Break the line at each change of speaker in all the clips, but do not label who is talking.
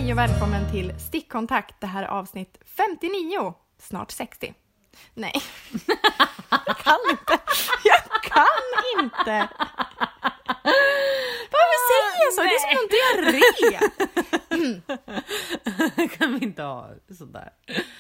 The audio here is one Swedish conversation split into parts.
Hej och välkommen till Stickkontakt. Det här är avsnitt 59, snart 60. Nej, jag kan inte. Varför säger jag så? Det är som en diarré.
Kan vi inte ha sådär?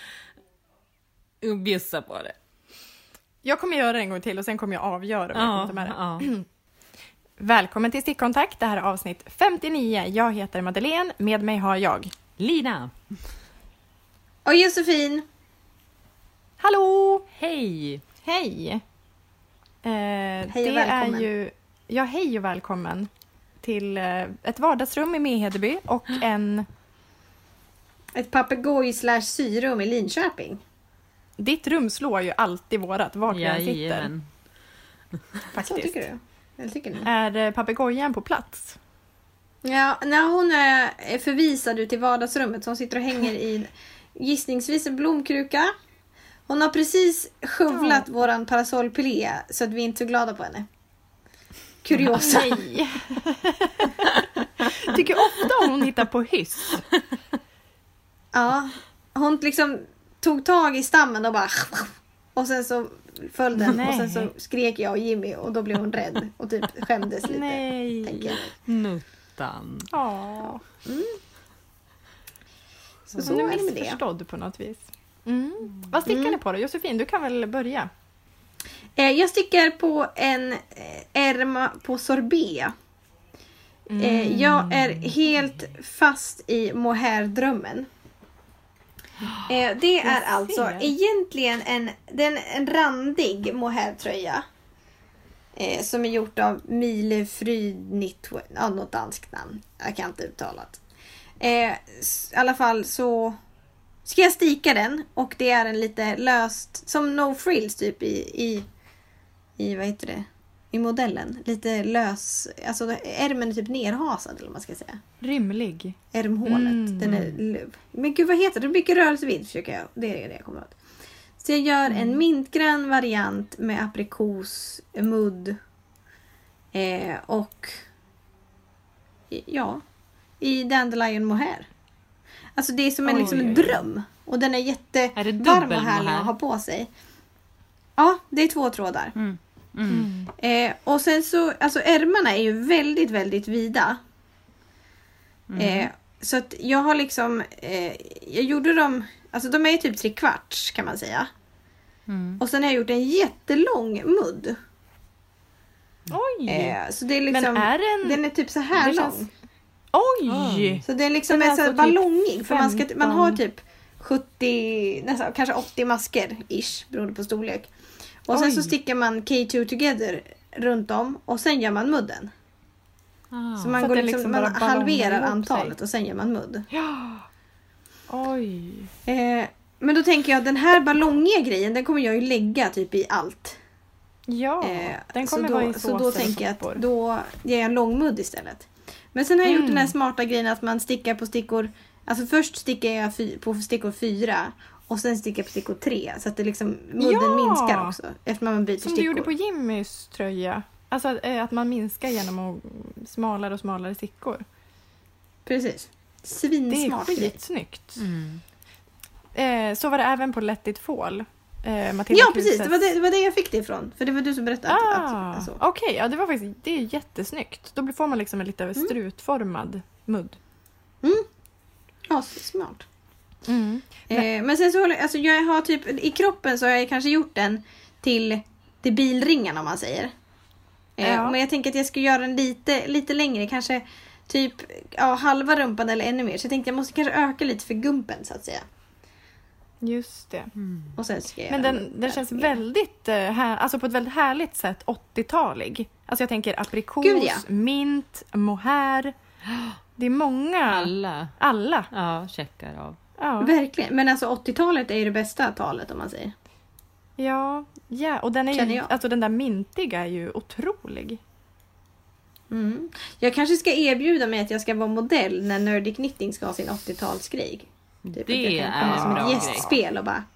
Bjussa på det.
Jag kommer göra det en gång till och sen kommer jag avgöra om jag inte med det. Välkommen till Stickkontakt. Det här är avsnitt 59. Jag heter Madeleine. Med mig har jag
Lina.
Och Josefin.
Hallå!
Hej!
Hej!
Hej och
det
välkommen.
är ju... Ja, hej och välkommen till ett vardagsrum i Mehedeby och
Ett papegoj/syrum i Linköping.
Ditt rum slår ju alltid vårat, vart vi än sitter.
Jajamän.
Faktiskt.
Så tycker du? Jag tycker ni.
Är papegojan på plats?
Ja, när hon är förvisad ut i vardagsrummet så hon sitter och hänger i gissningsvis en blomkruka. Hon har precis skövlat våran parasollpilé så att vi är inte är så glada på henne. Kuriosa.
Nej. Tycker ofta hon hittar på hyss.
Ja, hon liksom tog tag i stammen och bara... Och sen så föll den.
Nej.
Och sen så skrek jag och Jimmy och då blev hon rädd och typ skämdes lite.
Nej.
Tänker jag.
Nuttan.
Ja.
Så
Hon
är
är
det med det.
missförstådd på något vis. Vad stickar ni på då? Josefin, du kan väl börja?
Jag stickar på en ärma på sorbet. Jag är helt fast i mohair-drömmen. Det är alltså egentligen en randig mohair-tröja. Som är gjort av Milefryd Knitwear. Ja, något danskt namn. Jag kan inte uttala det. I alla fall så ska jag sticka den. Och det är en lite löst, som no frills typ i vad heter det? I modellen. Lite lös, alltså ärmen är typ nerhasad eller vad man ska säga.
Rymlig.
Ärmhålet, den är men gud vad heter det? Mycket rörelsevidd försöker jag. Det är det jag kommer åt. Så jag gör en mintgrön variant med aprikos, mudd och ja, i dandelion mohair. Alltså det är som en dröm. Och den är jättevarm och härlig att ha på sig. Ja, det är 2 trådar. Och sen så, alltså ärmarna är ju väldigt, väldigt vida. Så att jag har liksom, jag gjorde dem, alltså de är typ 3/4 kan man säga. Och sen har jag gjort en jättelång mudd.
Oj!
Så det är liksom, den är typ så här lång.
Oj!
Så det är liksom
Den är
en så
alltså
ballongig. För man
15.
har typ 70, nästan, kanske 80 masker ish, beroende på storlek. Och sen så stickar man K2 together runt om och sen gör man mudden. Så man
Så
går
att det
liksom,
bara
man
ballongar
halverar
ihop
antalet
sig.
och sen gör man mudd.
Ja. Oj.
Men då tänker jag, den här ballongiga grejen, den kommer jag ju lägga typ i allt.
Ja, den kommer
så
vara i
så då
såser
tänker jag
och
att då ger jag en lång mudd istället. Men sen har jag gjort den här smarta grejen att man stickar på stickor. Alltså först stickar jag på stickor 4 och sen stickar jag på stickor 3. Så att det liksom, mudden minskar också eftersom man byter
som
stickor.
du gjorde på Jimmys tröja. Alltså att man minskar genom att smalare och smalare stickor.
Precis.
Det
Svinsmart
är
grej.
skitsnyggt. Så var det även på Let It Fall. Matilda
Ja, precis.
Kruses.
Det var det jag fick det ifrån. För det var du som berättade. Alltså.
Okej, ja, det är jättesnyggt. Då får man liksom en lite strutformad mudd.
Ja, så smart. Men sen så alltså jag har typ i kroppen så har jag kanske gjort den till bilringan om man säger. Men jag tänker att jag ska göra den lite längre, kanske typ halva rumpan eller ännu mer. Så jag tänkte jag måste kanske öka lite för gumpen så att säga.
Just det.
Och sen ska jag
Men den känns väldigt alltså på ett väldigt härligt sätt 80-talig. Alltså jag tänker aprikos, mint, mohair. Det är många. Alla.
Ja, checkar av.
Ja.
Verkligen. Men alltså 80-talet är ju det bästa talet om man säger.
Ja, och den är ju, alltså den där mintiga är ju otrolig.
Jag kanske ska erbjuda mig att jag ska vara modell när Nerdy Knitting ska ha sin 80-talsgrej. Typ
det
är som ett gästspel och bara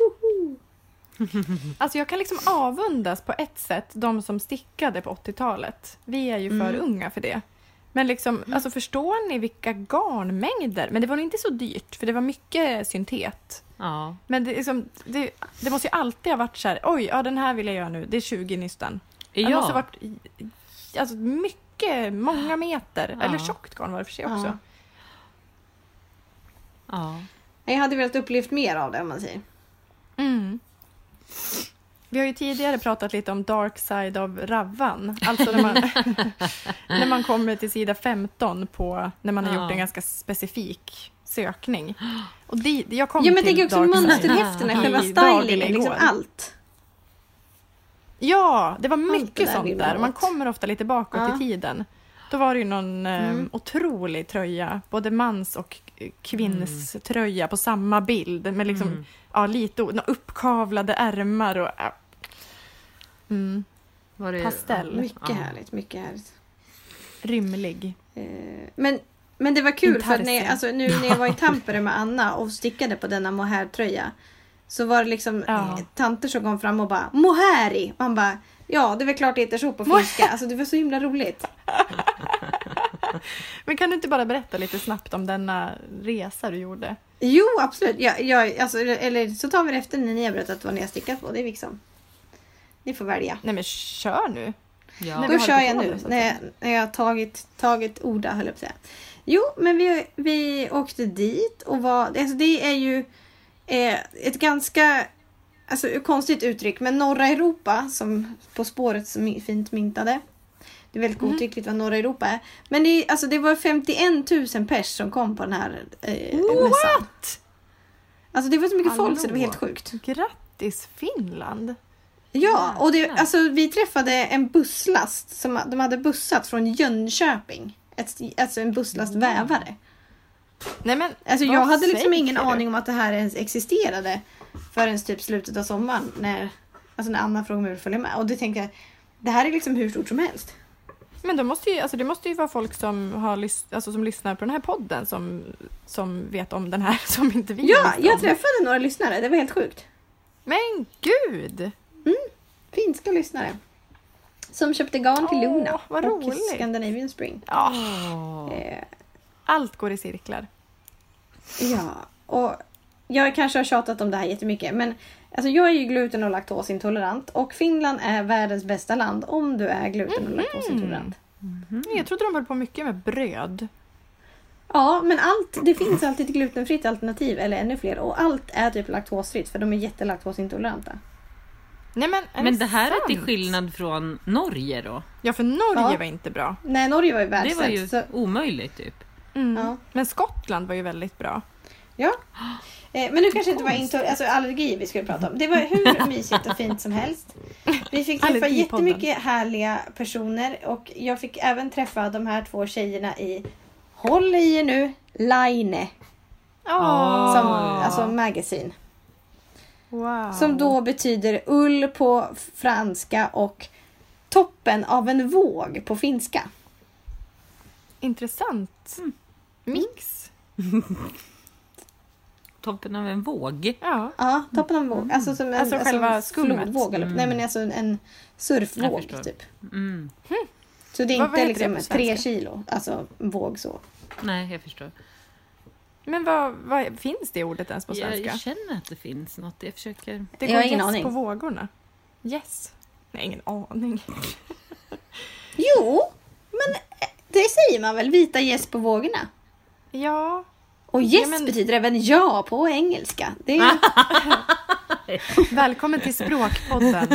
Alltså jag kan liksom avundas på ett sätt de som stickade på 80-talet. Vi är ju för unga för det. Men liksom, alltså förstår ni vilka garnmängder? Men det var nog inte så dyrt, för det var mycket syntet.
Ja.
Men det, liksom, det måste ju alltid ha varit så här, oj, ja den här vill jag göra nu. Det är 20 nystan.
Ja.
Det måste ha varit alltså, mycket, många meter. Eller tjockt garn var det för sig också.
Ja.
Jag hade velat upplevt mer av det, om man säger.
Mm. Vi har ju tidigare pratat lite om dark side av Ravvan. Alltså när man kommer till sida 15 på när man har gjort en ganska specifik sökning. Och jag kom
men
till
det är också mönsterhäftena, själva stylingen, liksom allt.
Ja, det var mycket sånt där. Man kommer ofta lite bakåt i tiden. Då var det ju någon otrolig tröja, både mans och kvinns tröja på samma bild med liksom lite uppkavlade ärmar och
var det,
pastell. Mycket härligt, mycket härligt.
Rymlig.
Men det var kul för när jag var i Tampere med Anna och stickade på denna mohair-tröja, så var det liksom tanter som kom fram och bara mohäri. Och han bara, ja, det är väl klart det heter så på finska. Alltså det var så himla roligt.
Men kan du inte bara berätta lite snabbt om denna resa du gjorde?
Jo, absolut. Eller så tar vi det efter när ni har berättat vad ni har stickat på. Det är liksom, ni får välja.
Nej men kör nu.
Ja. Då kör jag nu. När jag har tagit orda, höll jag på att säga. Jo, men vi åkte dit och det är ju ett ganska konstigt uttryck, men norra Europa, som På spåret så fint myntade. Det är väldigt godtyckligt vad norra Europa är. Men det var 51 000 pers som kom på den här mässan. Alltså det var så mycket folk så det var helt sjukt.
Grattis Finland!
Ja, och vi träffade en busslast som de hade bussat från Jönköping. Alltså en busslast vävare.
Nej, men,
jag hade liksom ingen aning om att det här ens existerade förrän typ slutet av sommaren när Anna frågade mig om jag ville följa med. Och det tänkte jag, det här är liksom hur stort som helst.
Men det måste ju vara folk som som lyssnar på den här podden som vet om den här, som inte vi
Ja, jag träffade några lyssnare, det var helt sjukt.
Men gud!
Finska lyssnare. Som köpte garn till Luna
vad
och
roligt.
Scandinavian Spring.
Allt går i cirklar.
Ja, och jag kanske har tjatat om det här jättemycket, men jag är ju gluten- och laktosintolerant, och Finland är världens bästa land om du är gluten- och laktosintolerant.
Jag trodde de höll på mycket med bröd.
Ja, men det finns alltid ett glutenfritt alternativ, eller ännu fler, och allt är typ laktosfritt för de är jättelaktosintoleranta.
Nej,
men det här är till skillnad från Norge då?
Ja, för Norge var inte bra.
Nej, Norge var ju världssämst.
Det var ju omöjligt typ.
Ja. Men Skottland var ju väldigt bra.
Ja. Men nu kanske inte var allergi vi skulle prata om. Det var hur mysigt och fint som helst. Vi fick träffa jättemycket härliga personer, och jag fick även träffa de här 2 tjejerna i, håll i er nu, Line. Som magasin.
Wow.
Som då betyder ull på franska och toppen av en våg på finska.
Intressant. Mix.
Toppen av en våg?
Ja, toppen av en våg. Alltså som en
själva skummet.
Flodvåg. Eller, nej, men en surfvåg typ. Så det är inte liksom 3 kilo. Alltså en våg så.
Nej, jag förstår.
Men vad finns det ordet ens på svenska?
Jag känner att det finns något. Jag försöker...
Det går ingen aning på vågorna. Yes. Nej, ingen aning.
Jo, men det säger man väl, vita gäss på vågorna.
Ja.
Och yes betyder även ja på engelska. Det är...
Välkommen till Språkpodden.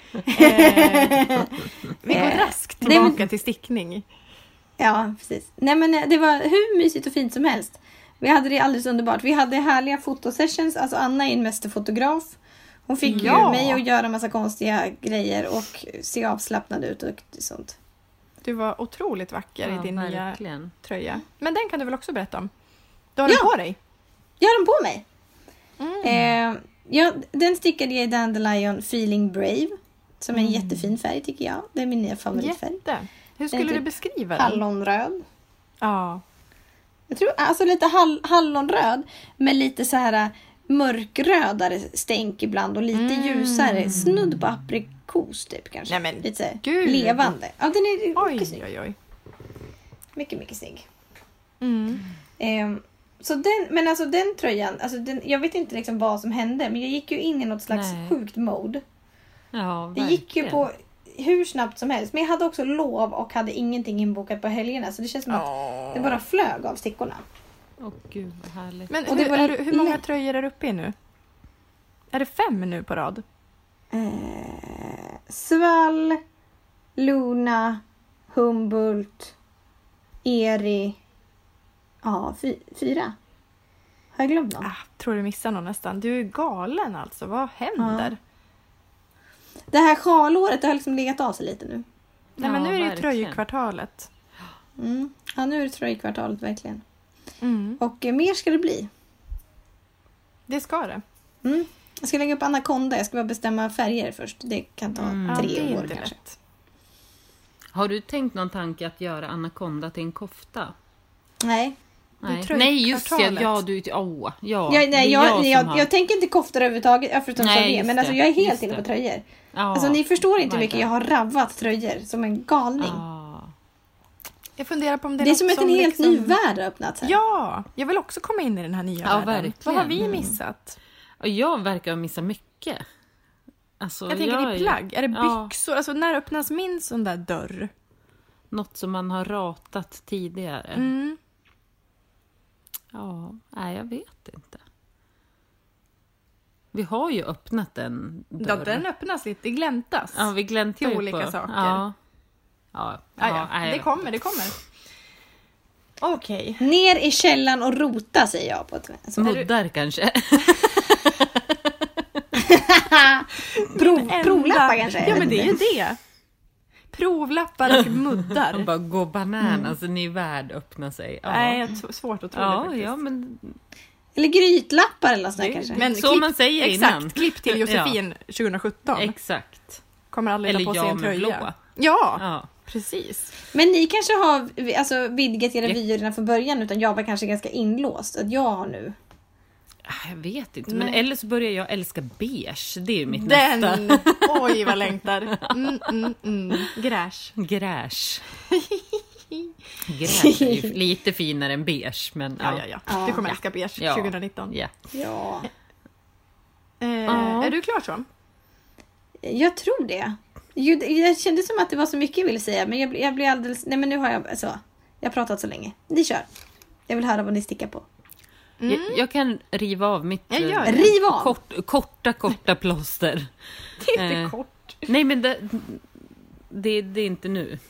Vi går raskt tillbaka till stickning.
Ja, precis. Nej, men det var hur mysigt och fint som helst. Vi hade det alldeles underbart. Vi hade härliga fotosessions. Alltså Anna är en mästerfotograf. Hon fick ju mig att göra massa konstiga grejer och se avslappnad ut och sånt.
Du var otroligt vacker i din nya tröja. Men den kan du väl också berätta om? Du har den på dig?
Jag har den på mig. Den stickade jag i Dandelion Feeling Brave. Som är en jättefin färg tycker jag. Det är min nya favoritfärg.
Hur skulle du beskriva den?
Hallonröd.
Ja.
Jag tror lite hallonröd med lite så här mörkrödare stänk ibland och lite ljusare. Snudd på aprikos typ kanske.
Nej, men,
lite levande. Ja, den är
oj.
Mycket, mycket snygg. Så den tröjan, jag vet inte liksom vad som hände, men jag gick ju in i något slags sjukt mode.
Ja,
det gick ju på hur snabbt som helst. Men jag hade också lov och hade ingenting inbokat på helgerna. Så det känns som att det bara flög av stickorna.
Gud vad härligt.
Men hur många tröjor är du uppe i nu? Är det 5 nu på rad?
Svall, Luna, Humboldt, Eri. Ja, 4. Har jag glömt någon?
Tror du missar någon nästan. Du är galen alltså. Vad händer?
Det här sjalåret har liksom legat av sig lite nu.
Nej, men nu är det ju tröjkvartalet.
Ja, nu är det tröjkvartalet verkligen. Och mer ska det bli.
Det ska det.
Jag ska lägga upp Anaconda. Jag ska bara bestämma färger först. Det kan ta 3 år kanske. Lätt.
Har du tänkt någon tanke att göra Anaconda till en kofta?
Nej.
Nej, just det. Ja, du...
Jag tänker inte koftor överhuvudtaget. Förutom det. Men alltså, jag är helt inne på tröjor. Alltså, ni förstår inte hur mycket jag har ravvat tröjor som en galning.
Jag funderar på om
det är som att en helt ny värld har öppnat här.
Ja, jag vill också komma in i den här nya världen.
Verkligen.
Vad har vi missat?
Jag verkar ha missat mycket. Alltså,
jag tänker i plagg. Är det byxor? Alltså, när öppnas min sån där dörr?
Något som man har ratat tidigare. Nej, jag vet inte. Vi har ju öppnat den dörren.
Den öppnas lite, det gläntas.
Ja, vi gläntar
till
ju
olika
på
saker. Det kommer. Okej.
Ner i källan och rota, säger jag på ett
muddar kanske.
Provlappar kanske.
Ja, men det är ju det. Provlappar och muddar.
Bara gå banan, alltså ny värld öppnar sig.
Nej, svårt att tro det faktiskt.
Ja, men...
Eller grytlappar eller sådär kanske.
Men
så man säger innan.
Exakt, klipp till Josefin 2017.
Exakt.
Kommer aldrig
eller
ta på sig en tröja.
Blå.
Ja, precis.
Men ni kanske har vidgat era vyer från början, utan jag var kanske ganska inlåst. Att jag har nu.
Jag vet inte, men eller så börjar jag älska beige. Det är ju mitt nästa.
Oj, vad längtar. Gräsch.
Gräsch är ju lite finare än beige, men
ja. Du kommer älska beige 2019.
Ja.
Är du klar så?
Jag tror det. Jag kände som att det var så mycket jag ville säga, men jag blir alldeles... Nej, men nu har jag har pratat så länge. Ni kör. Jag vill höra vad ni stickar på.
Jag kan riva av mitt korta plåster.
Det är inte kort.
Nej, men det är inte nu.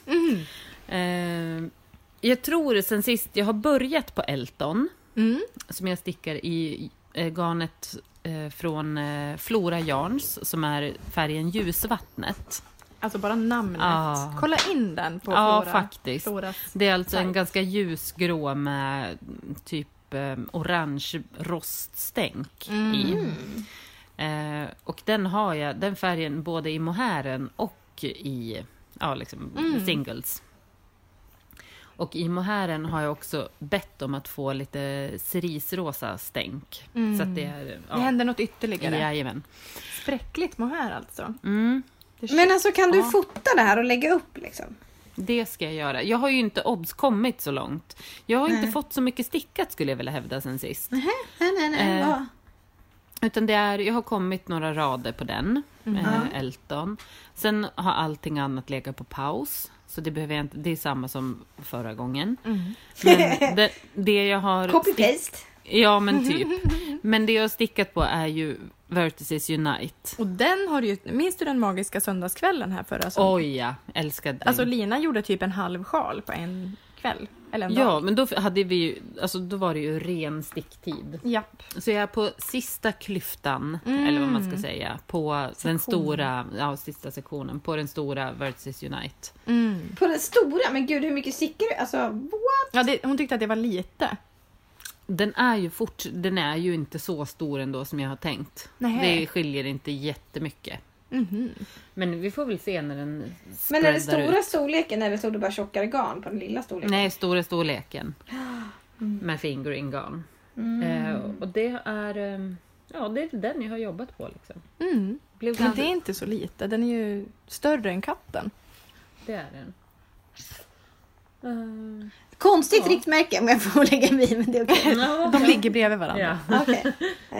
Jag tror sen sist jag har börjat på Elton, som jag stickar i garnet från Flora Yarns, som är färgen ljusvattnet.
Alltså bara namnet. Kolla in den på Flora.
Ja, faktiskt.
Floras
det är alltså en ganska ljusgrå med typ orange roststänk i. Och den färgen både i mohären och i singles. Och i mohären har jag också bett om att få lite cerisrosa stänk. Så att det
händer något ytterligare.
Jajamän.
Spräckligt mohair alltså.
Men alltså, kan du fota det här och lägga upp liksom?
Det ska jag göra. Jag har ju inte kommit så långt. Jag har inte fått så mycket stickat, skulle jag vilja hävda, sen sist.
Nej.
Utan jag har kommit några rader på den. Elton. Sen har allting annat legat på paus. Så det behöver jag inte. Det är samma som förra gången. Men det jag har...
Copy-paste.
Ja, men typ. Men det jag har stickat på är ju Vertices Unite.
Och den har du ju... Minns du den magiska söndagskvällen här förra söndagen?
Oj, ja. Älskade den.
Alltså Lina gjorde typ en halv sjal på en kväll. Eller en dag.
Men då hade vi ju... Alltså då var det ju ren sticktid.
Japp.
Så jag är på sista klyftan, eller vad man ska säga, på den stora... Ja, sista sektionen. På den stora Vertices Unite.
På den stora? Men gud, hur mycket stickar du? Alltså, what?
Ja, hon tyckte att det var lite.
Den är ju inte så stor ändå som jag har tänkt.
Nähe.
Det skiljer inte jättemycket. Men vi får väl se när den spreadar.
Men är det stora storleken eller stod det bara tjockare garn på den lilla storleken?
Nej, stora storleken. Med fingering garn. Och det är... det är den jag har jobbat på liksom.
Men det är inte så lite. Den är ju större än katten.
Det är den.
Konstigt riktmärke om jag får lägga mig, men det är okej.
De ligger bredvid varandra.
Ja.
Okej.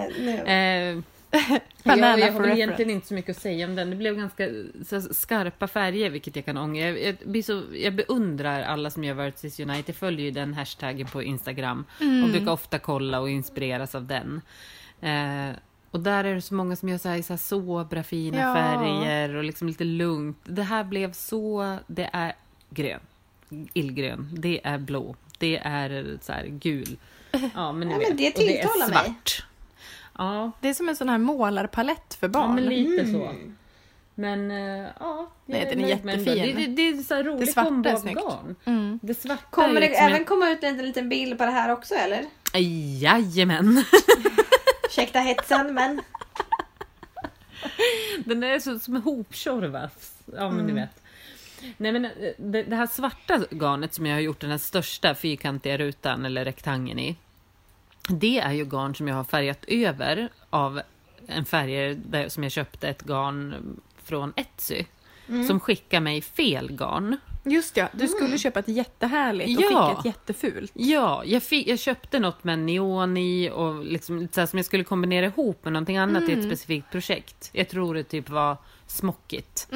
Banana
jag
for
har
reference.
egentligen inte så mycket att säga om den. Det blev ganska skarpa färger, vilket jag kan ångra. Jag beundrar alla som gör Versus Unite. Jag följer ju den hashtaggen på Instagram. Och brukar ofta kolla och inspireras av den. Och där är det så många som gör så här sobra, fina färger och liksom lite lugnt. Det här blev så... Det är grön. Illgrön. Det är blå. Det är så här gul. Ja, men,
men det tilltalar
och det är svart. Ja.
Det är som en sån här målarpalett för barn.
Ja, men lite så. Men ja,
nej, den är jättefin.
Det är så här roligt
svarta
kombo
är
av
snyggt.
garn. Det svarta
Kommer det
är liksom
även komma ut en liten bild på det här också, eller?
Jajamän.
Ursäkta hetsen, men...
Den är så som en hoptjorvas. Ja, men ni vet. Nej, men det här svarta garnet som jag har gjort den här största fyrkantiga rutan eller rektangeln i. Det är ju garn som jag har färgat över av en färger som jag köpte ett garn från Etsy. Som skickar mig fel garn.
Just ja, du skulle köpa ett jättehärligt och fick ett jättefult.
Ja, jag köpte något med neon i och liksom lite så här som jag skulle kombinera ihop med någonting annat i ett specifikt projekt. Jag tror det typ var smockigt.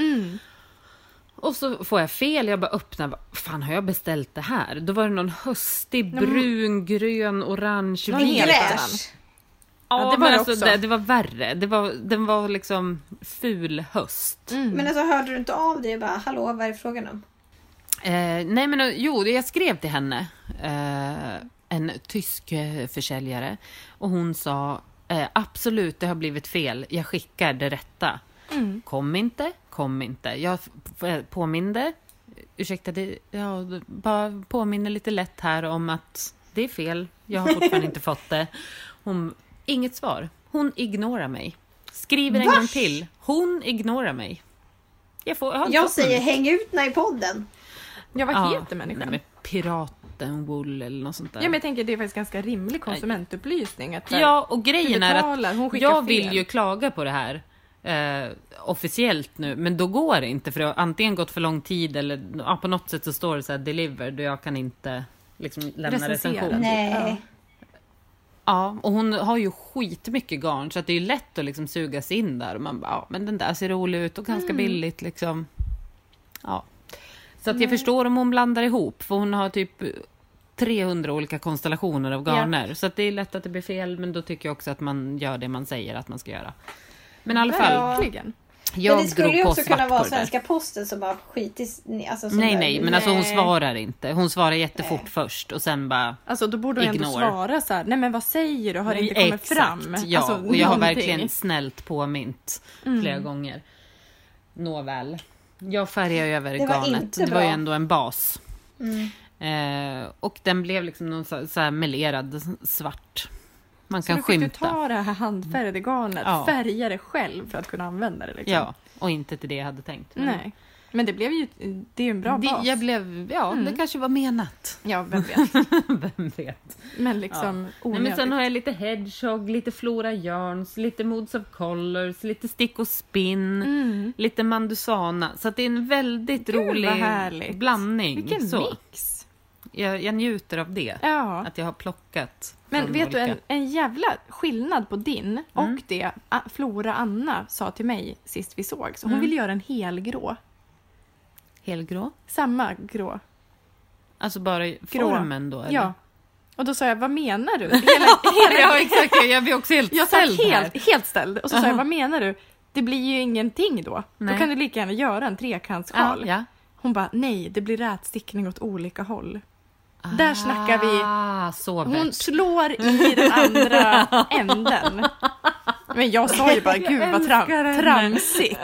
Och så får jag fel, jag bara öppnar, vad fan har jag beställt det här? Då var det någon höstig, brun, grön, orange,
helt
Gräs.
Ja,
det var
men
det
alltså,
också.
det var värre. Den var liksom ful höst.
Men alltså hörde du inte av dig och bara, hallå, vad är det frågan om?
Nej men jo, jag skrev till henne, en tysk försäljare, och hon sa absolut, det har blivit fel, jag skickar det rätta. Kom inte. Jag påminde, ursäkta, jag bara påminner lite lätt här om att det är fel, jag har fortfarande inte fått det. Inget svar. Hon ignorerar mig. Skriver en gång till. Hon ignorerar mig.
Jag säger häng ut i podden.
Ja, vad heter människan?
Med piraten Wool eller något sånt där.
Ja, men jag tänker det är faktiskt ganska rimlig konsumentupplysning. Att
Ja, och grejen är
betalar, hon
att
skickar
jag
fel.
vill ju klaga på det här officiellt nu, men då går det inte, för det har antingen gått för lång tid eller på något sätt så står det så här delivered och jag kan inte liksom lämna
Recensera.
recension.
Nej.
Ja, och hon har ju skitmycket garn så att det är ju lätt att liksom suga sig in där och man bara, ja, men den där ser rolig ut och ganska billigt liksom. Ja. Så att jag förstår om hon blandar ihop, för hon har typ 300 olika konstellationer av garner. Så att det är lätt att det blir fel, men då tycker jag också att man gör det man säger att man ska göra. Men i alla fall,
Verkligen.
jag
Men det skulle
drog
ju
på
också
svart
kunna vara
på det där.
Svenska Posten som bara skitis... Alltså, som
Nej, men alltså hon
Nej.
svarar inte. Hon svarar jättefort först och sen bara...
Alltså då borde du ändå
Ignore.
svara så här, nej men vad säger du, har det inte kommit
Exakt,
fram?
ja.
Alltså,
och jag har
någonting.
verkligen snällt påmint flera gånger. Nåväl. Jag färgade över
Det var
garnet.
inte
Det var ju
bra.
ändå en bas. Och den blev liksom någon så här melerad svart. Man
Så
kan
då fick du
skymta.
ta det här handfärgade garnet,
Ja.
färga det själv för att kunna använda det liksom.
Ja, och inte till det jag hade tänkt. Men
Nej. Men det blev ju, det är ju en bra bas.
Det kanske var menat.
Ja, vem vet.
Vem vet.
Men liksom
Nej,
onödigt.
men sen har jag lite hedgehog, lite flora yarns, lite moods of colors, lite stick och spin, lite mandusana. Så att det är en väldigt
Gud, vad
rolig
härligt.
blandning.
Vilken
så.
mix.
Jag njuter av det.
Ja.
Att jag har plockat.
Men
från
vet du,
olika.
en jävla skillnad på din och det Flora Anna sa till mig sist vi såg. Så hon vill göra en helgrå.
Helgrå?
Samma grå.
Alltså bara i formen då? Eller?
Ja. Och då sa jag, vad menar du?
Ja, exakt. Jag blir också helt
Jag satt
ställd här.
helt ställd. Och så sa jag, vad menar du? Det blir ju ingenting då.
Nej.
Då kan du lika gärna göra en trekantssjal.
Ja.
Hon bara, nej, det blir rätstickning åt olika håll. Där snackar vi.
Så
Hon
värt.
slår i den andra änden. Men jag sa ju bara, gud vad
älskar henne.
tramsigt.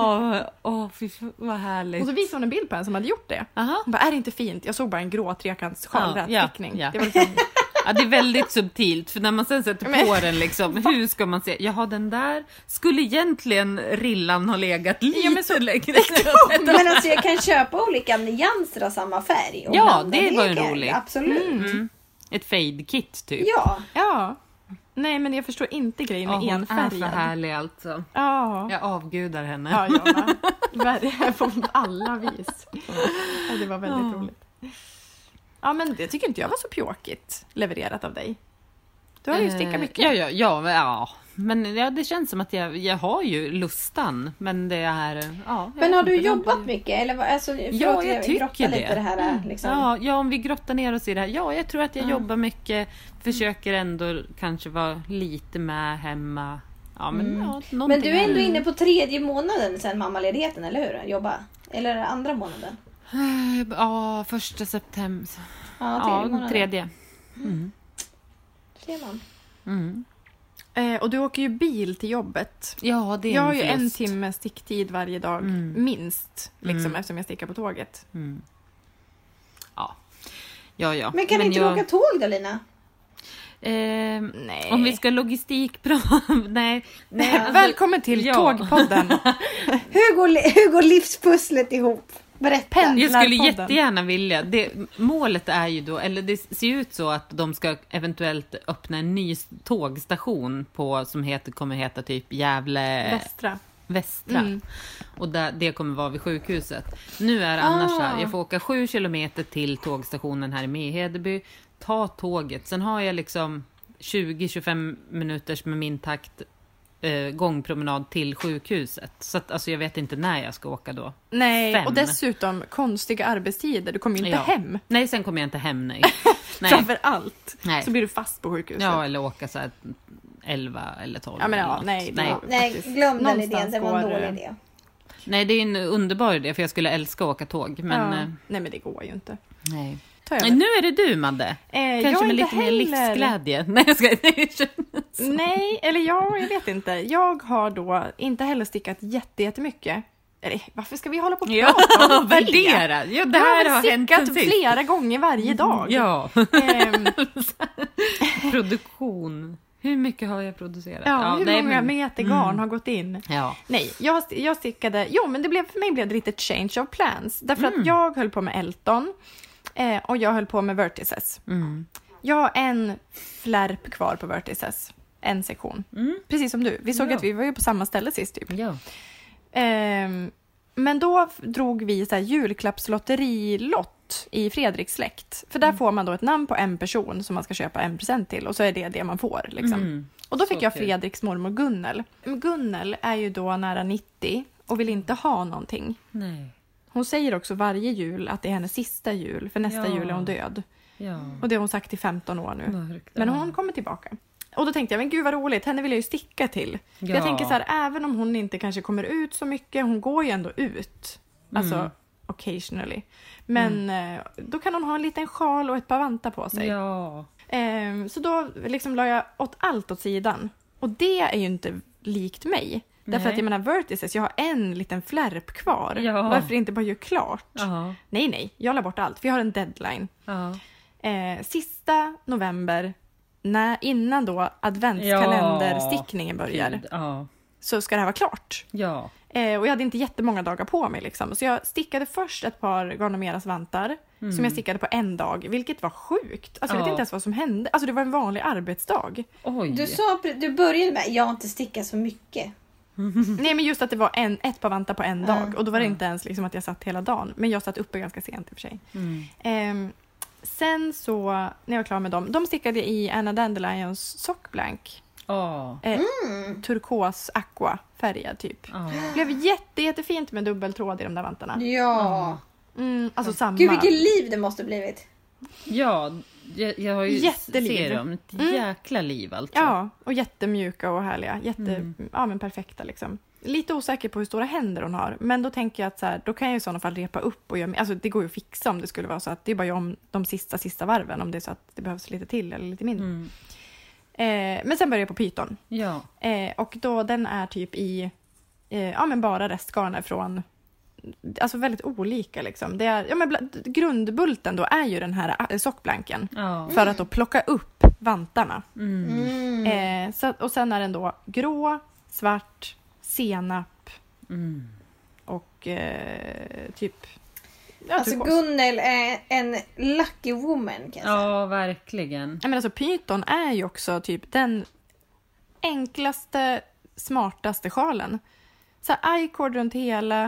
Fy fan, vad härligt.
Och så visade hon en bild på en som hade gjort det.
Aha.
Hon bara, är det inte fint? Jag såg bara en grå trekantssjal, rätstickning.
Ja.
Det var liksom,
Ja, det är väldigt subtilt, för när man sen sätter på den liksom, hur ska man se? Jaha, den där skulle egentligen rillan ha legat lite
men så-
längre.
Men alltså jag kan köpa olika nyanser av samma färg. Och
Ja,
blanda
det var ju
kan jag.
roligt.
Absolut.
Ett fade-kit typ.
Ja.
ja. Nej, men jag förstår inte grejen med
Hon är
enfärgad.
så härlig alltså.
Ja.
Jag avgudar henne.
Ja, jag med. På alla vis. Ja, det var väldigt roligt. Ja, men det tycker inte jag var så pjåkigt levererat av dig. Du har ju stickat mycket.
Ja. Men det känns som att jag har ju lustan. Men det är... Ja,
men har du jobbat mycket? Eller, alltså,
ja, jag tycker det.
Lite det här, liksom.
Ja, om vi grottar ner oss i det här. Ja, jag tror att jag jobbar mycket. Försöker ändå kanske vara lite med hemma. Ja, men
du är ändå inne på 3:e månaden sedan mammaledigheten, eller hur? Jobba. Eller andra månaden?
Ja, 1 september.
Ja,
3:e.
Ser man.
Och du åker ju bil till jobbet.
Ja, det är
jag har ju
förlust.
1 timme sticktid varje dag, minst. Liksom, eftersom jag stickar på tåget.
Ja.
Men kan inte du åka tåg då, Lina?
Nej. Om vi ska nej. Alltså,
välkommen till Tågpodden.
Hur går livspusslet ihop? Berätta.
Jag skulle jättegärna vilja. Målet är ju då, eller det ser ut så att de ska eventuellt öppna en ny tågstation som kommer heta typ Gävle Västra. Och det kommer vara vid sjukhuset. Nu är det annars här, jag får åka 7 kilometer till tågstationen här i Mehedeby, ta tåget. Sen har jag liksom 20-25 minuters med min takt gångpromenad till sjukhuset. Så att, alltså, jag vet inte när jag ska åka då.
Nej,
5.
och dessutom konstiga arbetstider. Du kommer ju inte hem.
Nej, sen kommer jag inte hem, nej.
Framför allt.
Nej.
Så blir du fast på sjukhuset.
Ja, eller åka så här 11 eller 12.
Ja, men
nej, glöm den idén. Det var en dålig idé.
Nej, det är en underbar idé, för jag skulle älska att åka tåg. Men,
nej, men det går ju inte.
Nej. Nu är det du, Madde. Kanske med lite mer livsglädje. Nej,
Nej, eller jag vet inte. Jag har då inte heller stickat jättemycket. Eller varför ska vi hålla på och prata om
värdera? Ja, det här har
stickat flera gånger varje dag.
Ja. Produktion. Hur mycket har jag producerat?
Ja, hur många meter garn har gått in?
Ja.
Nej, jag stickade... Jo, men för mig blev det lite change of plans. Därför att jag höll på med Elton. Och jag höll på med Vertices. Jag har en flärp kvar på Vertices. En sektion. Precis som du. Vi såg att vi var ju på samma ställe sist typ.
Ja.
Men då drog vi så här julklappslotterilott i Fredriks släkt. För där får man då ett namn på en person som man ska köpa en present till. Och så är det man får. Liksom. Och då fick jag Fredriks mormor Gunnel. Gunnel är ju då nära 90 och vill inte ha någonting.
Nej.
Hon säger också varje jul att det är hennes sista jul. För nästa jul är hon död.
Ja.
Och det har hon sagt i 15 år nu.
Mörkt,
men hon kommer tillbaka. Och då tänkte jag, men gud vad roligt. Henne vill jag ju sticka till.
Ja.
För jag tänker så här, även om hon inte kanske kommer ut så mycket. Hon går ju ändå ut. Alltså, occasionally. Men då kan hon ha en liten sjal och ett par vantar på sig.
Ja.
Så då liksom la jag allt åt sidan. Och det är ju inte likt mig. Därför att jag menar Vertices, jag har en liten flärp kvar.
Ja.
Varför inte bara göra klart?
Aha.
Nej, jag la bort allt. Vi har en deadline. Sista november, innan då adventskalenderstickningen börjar, så ska det här vara klart.
Ja.
Och jag hade inte jättemånga dagar på mig. Liksom. Så jag stickade först ett par Garnomeras vantar som jag stickade på en dag, vilket var sjukt. Alltså, jag vet inte ens vad som hände. Alltså, det var en vanlig arbetsdag.
Oj.
Du började med jag har inte stickat så mycket.
Nej, men just att det var ett par vantar på en dag. Och då var det inte ens liksom att jag satt hela dagen. Men jag satt uppe ganska sent i och för sig. Sen så, när jag var klar med dem, de stickade i Anna Dandelions sockblank. Turkos aqua färgad typ. Blev jättefint med dubbeltråd i de där vantarna.
Ja.
Alltså samma.
Gud, vilket liv det måste blivit.
Ja, jag har ju
Jätteliv.
ser dem. Ett jäkla liv alltså.
Ja, och jättemjuka och härliga. Ja, men perfekta liksom. Lite osäker på hur stora händer hon har. Men då tänker jag att så här, då kan jag i sådana fall repa upp och göra, alltså det går ju att fixa om det skulle vara så att det är bara om de sista varven, om det är så att det behövs lite till eller lite mindre. Men sen börjar jag på pyton.
Ja.
Och då den är typ i men bara restgarner från, alltså väldigt olika liksom. Det är, grundbulten då är ju den här sockblanken. För att då plocka upp vantarna. Och sen är den då grå, svart, senap och typ
alltså Gunnel är en lucky woman kan jag säga.
Ja, verkligen.
Men alltså pyton är ju också typ den enklaste, smartaste sjalen. Så här I-cord runt hela,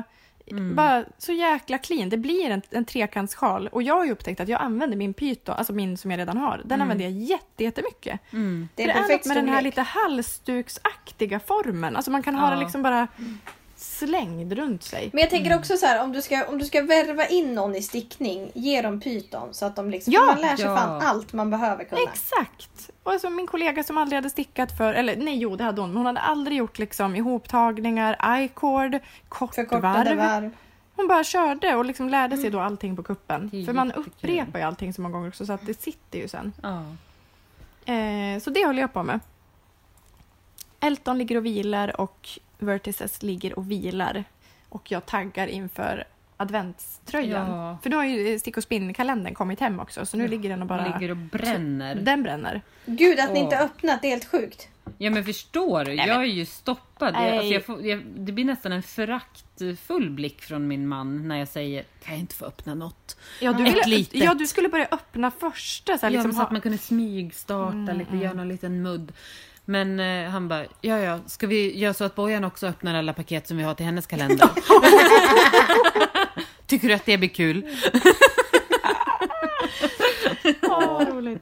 bara så jäkla clean. Det blir en trekantssjal. Och jag har ju upptäckt att jag använder min pyton, alltså min som jag redan har. Den använder jag jättemycket.
Det är
något
perfekt
med den här
storlek.
lite halsduksaktiga formen. Alltså man kan ha det liksom bara slängd runt sig.
Men jag tänker också så här, om du ska värva in någon i stickning, ge dem pyton så att de liksom,
Ja,
för man lär sig fan allt man behöver kunna.
Exakt. Och alltså min kollega som aldrig hade stickat för, eller nej, det hade hon, men hon hade aldrig gjort liksom ihoptagningar, I-cord,
Förkortade varv.
Hon bara körde och liksom lärde sig då allting på kuppen.
Det är
För man
jättekul.
upprepar ju allting så många gånger också, så att det sitter ju sen.
Ja.
Så det håller jag på med. Elton ligger och vilar och Vertices ligger och vilar. Och jag taggar inför adventströjan.
Ja.
För då har ju Stick och Spinn-kalendern kommit hem också. Så nu ligger den och bara...
Ligger och bränner.
Den bränner.
Gud, att ni inte öppnat, det är helt sjukt.
Ja, men förstår du? Jag är ju stoppad.
Nej.
Det blir nästan en föraktfull blick från min man när jag säger, kan jag inte få öppna något?
Ja,
Ett litet.
du skulle börja öppna första. Så här,
Ja,
liksom,
så att man kunde smygstarta lite, göra någon liten mudd. Men han bara, ja, ska vi göra så att Bojan också öppnar alla paket som vi har till hennes kalender? Tycker du att det blir kul?
Vad roligt.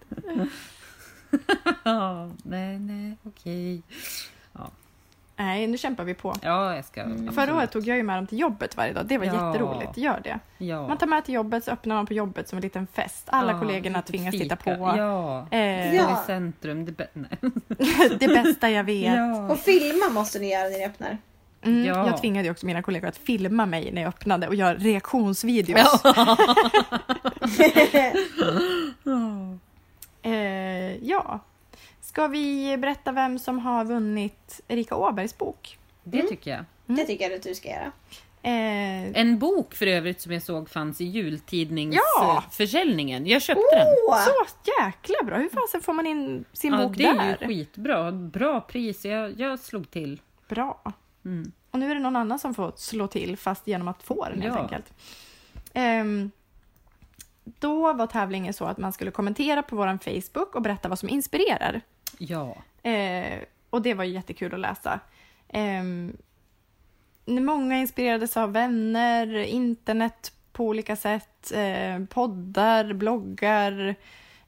Ja, nej, okej.
Nej, nu kämpar vi på.
Ja, jag ska.
Förra året tog jag ju med dem till jobbet varje dag. Det var
Ja.
jätteroligt. Gör det.
Ja.
Man tar med till jobbet, så öppnar man på jobbet som en liten fest. Alla kollegorna
lite
tvingas
fika.
titta på.
Ja.
Eh,
Ja.
I centrum. Nej.
Det bästa jag vet.
Ja.
Och filma måste ni göra när ni öppnar.
Ja.
Jag tvingade ju också mina kollegor att filma mig när jag öppnade och göra reaktionsvideos. Ja. Ska vi berätta vem som har vunnit Erika Åbergs bok?
Det tycker jag.
Det tycker jag att du ska göra.
En bok för övrigt som jag såg fanns i
Ja!
jultidningsförsäljningen. Jag köpte den.
Åh!
Så jäkla bra. Hur fasen får man in sin
Ja,
bok
det är
där?
ju skitbra. Bra pris. Jag slog till.
Bra.
Mm.
Och nu är det någon annan som får slå till fast genom att få den helt
Ja.
enkelt. Då var tävlingen så att man skulle kommentera på vår Facebook och berätta vad som inspirerar.
Ja.
Och det var ju jättekul att läsa. Många inspirerades av vänner, internet på olika sätt, poddar, bloggar,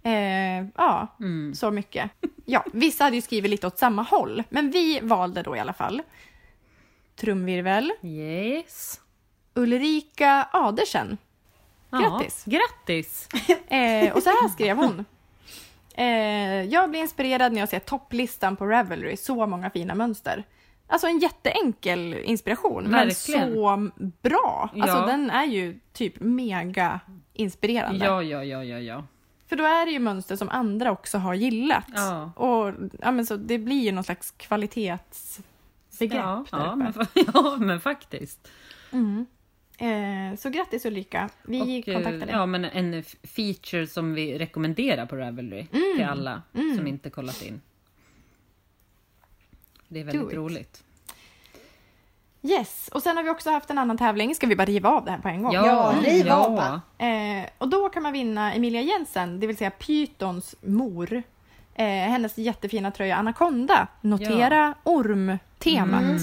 så mycket. Ja, vissa hade ju skrivit lite åt samma håll, men vi valde då i alla fall trumvirvel,
Yes.
Ulrika Adersen. Grattis!
Ja, grattis!
Och så här skrev hon. Jag blir inspirerad när jag ser topplistan på Ravelry. Så många fina mönster. Alltså en jätteenkel inspiration.
Verkligen.
Men så bra. Alltså
Ja.
den är ju typ mega inspirerande.
Ja.
För då är det ju mönster som andra också har gillat.
Ja.
Och ja, men så det blir ju någon slags kvalitetsbegrepp. där uppe.
Men faktiskt.
Så grattis Ulrika. Vi kontaktade dig.
Ja, men en feature som vi rekommenderar på Ravelry till alla som inte kollat in. Det är
Do
väldigt
it.
roligt.
Yes, och sen har vi också haft en annan tävling. Ska vi bara riva av det här på en gång?
Ja, riv av, va?
Och då kan man vinna Emilia Jensen, det vill säga Pythons mor. Hennes jättefina tröja Anaconda. Notera ormtemat.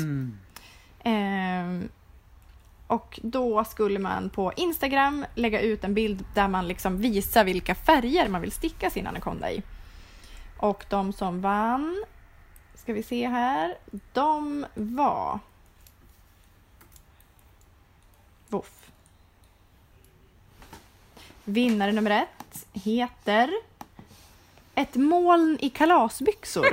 Och då skulle man på Instagram lägga ut en bild där man liksom visar vilka färger man vill sticka sin Anaconda i. Och de som vann, ska vi se här, de var... Voff. Vinnare nummer 1 heter Ett moln i kalasbyxor.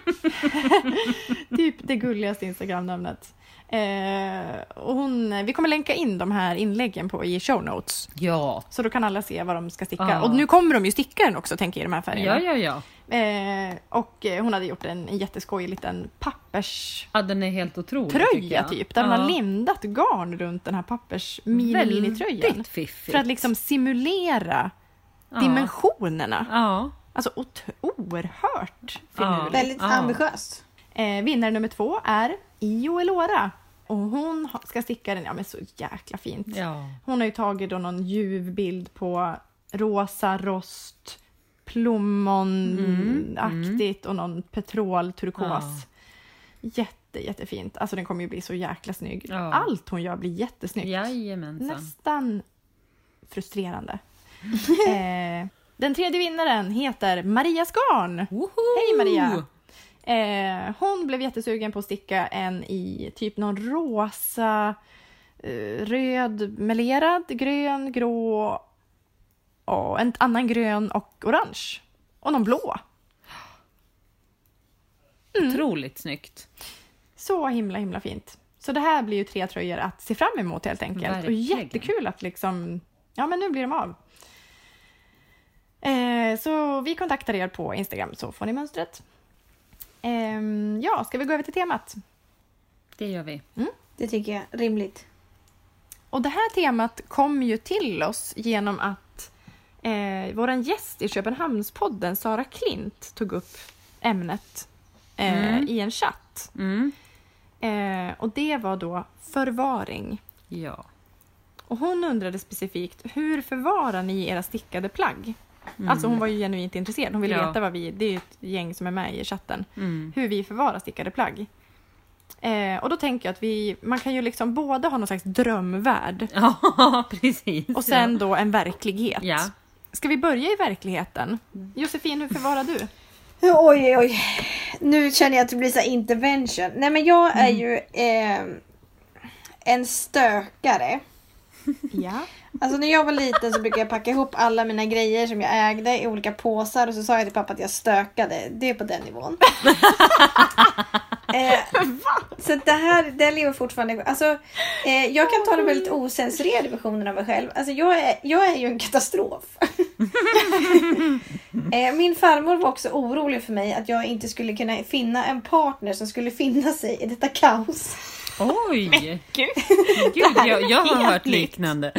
Typ det gulligaste Instagram-namnet. Och vi kommer länka in de här inläggen i show notes.
Ja.
Så då kan alla se vad de ska sticka.
Ja.
Och nu kommer de ju sticka den också, tänker jag, i de här färgerna.
Ja.
Och hon hade gjort en jätteskojig liten papperströja
Ja, den är helt otrolig, tycker jag.
typ. Där man har lindat garn runt den här minitröjan.
Väldigt fiffigt.
För att liksom simulera dimensionerna.
Ja.
Alltså oerhört finurligt.
Väldigt ambitiöst.
Vinnare nummer 2 är Io Elora. Och hon ska sticka den, men så jäkla fint.
Ja.
Hon har ju tagit då någon ljuv bild på rosa, rost, plommonaktigt och någon petrol, turkos. jättefint. Alltså den kommer ju bli så jäkla snygg.
Ja.
Allt hon gör blir jättesnyggt.
Jajamensan.
Nästan frustrerande. Den tredje vinnaren heter Maria Skarn.
Woho!
Hej Maria! Hon blev jättesugen på att sticka en i typ någon rosa, röd, melerad, grön, grå och en annan grön och orange. Och någon blå.
Otroligt snyggt.
Så himla fint. Så det här blir ju 3 tröjor att se fram emot helt enkelt.
Verkligen.
Och jättekul att liksom, ja men nu blir de av. Så vi kontaktar er på Instagram så får ni mönstret. Ja, ska vi gå över till temat?
Det gör vi.
Det tycker jag är rimligt.
Och det här temat kom ju till oss genom att våran gäst i Köpenhamnspodden, Sara Klint, tog upp ämnet i en chatt. Och det var då förvaring.
Ja.
Och hon undrade specifikt, hur förvarar ni era stickade plagg? Alltså hon var ju genuint intresserad. Hon ville veta vad det är ju ett gäng som är med i chatten. Hur vi förvarar stickade plagg. Och då tänker jag att man kan ju liksom både ha någon slags drömvärld.
Ja, precis.
Och sen då en verklighet.
Ja.
Ska vi börja i verkligheten? Josefin, hur förvarar du?
Oj. Nu känner jag att det blir så här intervention. Nej men jag är ju en stökare.
Ja.
Alltså när jag var liten så brukade jag packa ihop alla mina grejer som jag ägde i olika påsar och så sa jag till pappa att jag stökade. Det är på den nivån. Så det lever fortfarande. Alltså, jag kan ta den väldigt osensurerade versionen av mig själv. Alltså jag är ju en katastrof. Min farmor var också orolig för mig att jag inte skulle kunna finna en partner som skulle finna sig i detta kaos.
Oj!
Men gud.
Jag har hört liknande.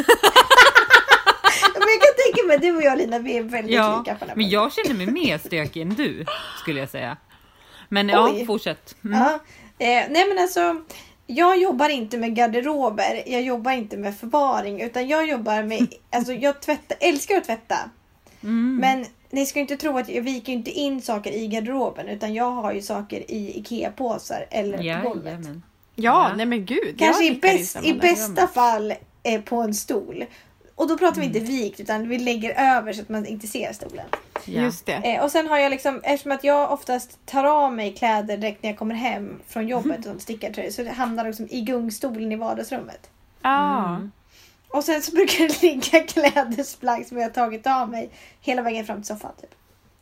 Men jag kan tänka mig, du och jag Lina, vi är väldigt lika på den.
Men jag känner mig mer stökig än du, skulle jag säga. Men fortsätt.
Ja. Nej men alltså, jag jobbar inte med garderober, jag jobbar inte med förvaring, utan jag jobbar med, alltså jag älskar att tvätta. Men ni ska inte tro att jag viker inte in saker i garderoben, utan jag har ju saker i Ikea-påsar eller på golvet.
Jajamän.
Ja, nej men gud.
Kanske i bästa fall på en stol. Och då pratar vi inte vikt, utan vi lägger över så att man inte ser stolen.
Ja.
Just det.
Och sen har jag liksom, eftersom att jag oftast tar av mig kläder direkt när jag kommer hem från jobbet och stickartröjor, så det hamnar liksom i gungstolen i vardagsrummet. Och sen så brukar det ligga klädesplagg som jag har tagit av mig hela vägen fram till soffan typ.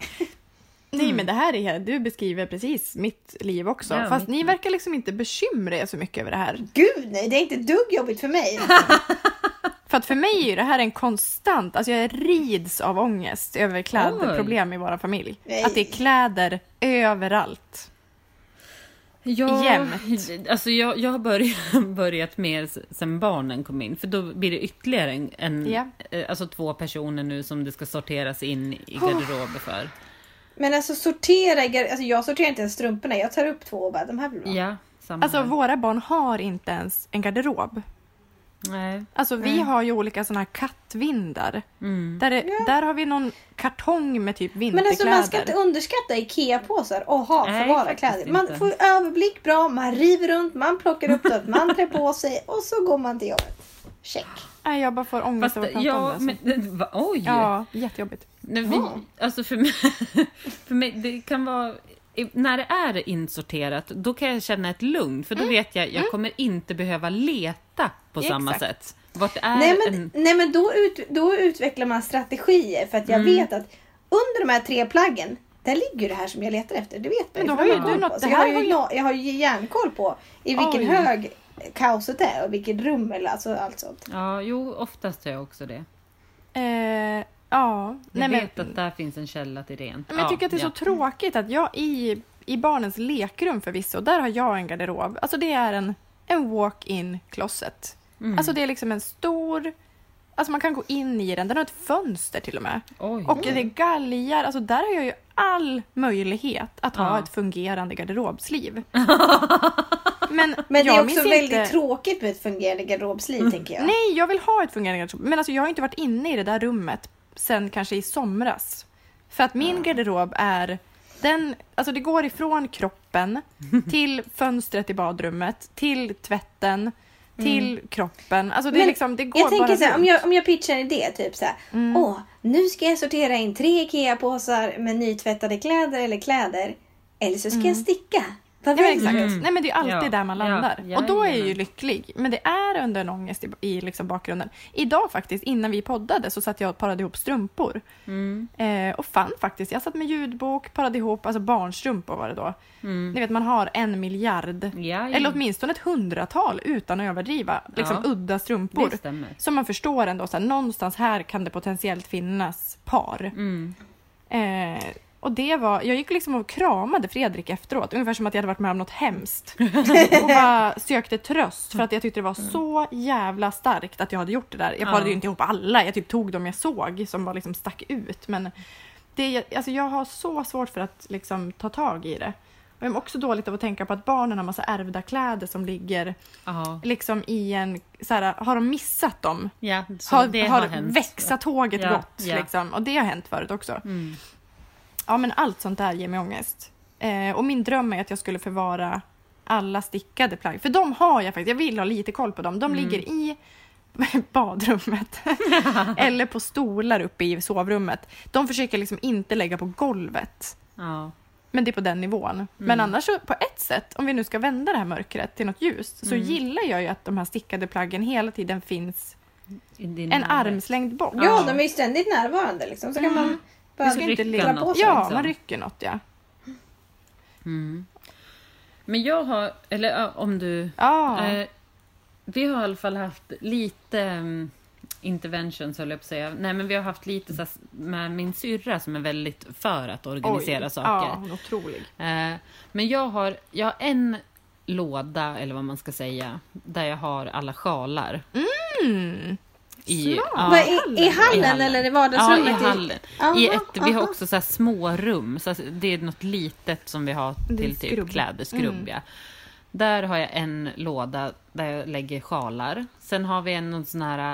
Nej men det här är, du beskriver precis mitt liv också.
Ja,
fast ni verkar liksom inte bekymra er så mycket över det här.
Gud nej, det är inte dugg jobbigt för mig.
För att för mig är ju det här en konstant, alltså jag rids av ångest över klädproblem i vår familj.
Nej.
Att det är kläder överallt.
Ja,
Jämt.
alltså jag har börjat mer sen barnen kom in. För då blir det ytterligare alltså 2 personer nu som det ska sorteras in i garderober för.
Men alltså jag sorterar inte ens strumporna. Jag tar upp 2 och bara, de här blir bra.
Ja, samma
Alltså
här.
våra barn har inte ens en garderob.
Nej.
Alltså vi har ju olika såna här kattvindar. Där har vi någon kartong med typ vinterkläder.
Men alltså man ska inte underskatta Ikea-påsar och förvara
faktiskt
kläder. Man
inte.
får överblick bra, man river runt, man plockar upp det, man trär på sig och så går man till jobbet. Check.
Nej, jag bara får ångest
Fast,
av att prata om det.
oj!
Ja, jättejobbigt.
Nej, alltså för mig, det kan vara... När det är insorterat, då kan jag känna ett lugn. För då vet jag kommer inte behöva leta på samma sätt. Vart är
Nej men då utvecklar man strategier. För att jag vet att under de här 3 plaggen, där ligger det här som jag letar efter. Det vet man.
Men då har ju du något...
Jag har ju järnkoll på i vilken hög kaoset är och vilket rum eller alltså allt sånt.
Ja, oftast har jag också det.
Ja.
Jag vet att där finns en källa till rent.
Men jag tycker att det är så tråkigt att jag i barnens lekrum förvisso, där har jag en garderob. Alltså det är en walk-in closet. Alltså det är liksom en stor... Alltså man kan gå in i den. Den har ett fönster till och med. Och det är galgar. Alltså där har jag ju all möjlighet att ha ett fungerande garderobsliv. Men
det är
jag
också väldigt tråkigt med ett fungerande garderobsliv, tänker jag.
Nej, jag vill ha ett fungerande garderob. Men alltså jag har inte varit inne i det där rummet sen kanske i somras. För att min garderob är Alltså det går ifrån kroppen till fönstret i badrummet, till tvätten, till kroppen. Alltså det är liksom, det går
jag tänker
bara
så här,
runt.
om jag pitchar en idé, typ så här, nu ska jag sortera in 3 IKEA-påsar med nytvättade kläder eller kläder. Eller så ska jag sticka. Vad
Ja, men
väljer
exakt.
du?
Nej, men det är alltid där man landar.
Ja,
och då är jag ju
jajamän.
lycklig. Men det är under en ångest i liksom bakgrunden. Idag faktiskt, innan vi poddade, så satt jag och parade ihop strumpor. Och fann faktiskt, jag satt med ljudbok, parade ihop, alltså barnstrumpor var det då. Ni vet, man har 1 miljard. Eller åtminstone ett 100-tal, utan att överdriva. Liksom udda strumpor.
Det stämmer.
Som man förstår ändå, så här, någonstans här kan det potentiellt finnas par. Och det var, jag gick liksom och kramade Fredrik efteråt, ungefär som att jag hade varit med om något hemskt. Och bara sökte tröst, för att jag tyckte det var så jävla starkt att jag hade gjort det där. Jag parade ju inte ihop alla, jag typ tog dem jag såg som var liksom stack ut. Men alltså jag har så svårt för att liksom ta tag i det. Och jag är också dåligt av att tänka på att barnen har massa ärvda kläder som ligger liksom i en, så här, har de missat dem?
Ja, så det har hänt.
Växa-tåget gått liksom. Och det har hänt förut också. Ja, men allt sånt där ger mig ångest. Och min dröm är att jag skulle förvara alla stickade plagg. För de har jag faktiskt, jag vill ha lite koll på dem. De ligger i badrummet. Eller på stolar uppe i sovrummet. De försöker liksom inte lägga på golvet.
Ja.
Men det är på den nivån. Men annars så, på ett sätt, om vi nu ska vända det här mörkret till något ljust, så gillar jag ju att de här stickade plaggen hela tiden finns en armslängd bort.
Ja, de är ju ständigt närvarande liksom. Så kan man bara
ska inte
dra på sig.
Ja,
liksom.
man rycker något, ja.
Men jag har, eller om du... vi har i alla fall haft lite interventions, höll jag på att säga. Nej, men vi har haft lite så här, med min syrra som är väldigt för att organisera saker.
Ja, hon är otrolig.
Men jag har en låda, eller vad man ska säga, där jag har alla sjalar. I
hallen eller i vardagsrummet?
Ja, i hallen. Vi har också så här små rum. Så det är något litet som vi har till typ klädeskrubb. Ja. Där har jag en låda där jag lägger sjalar. Sen har vi en sån här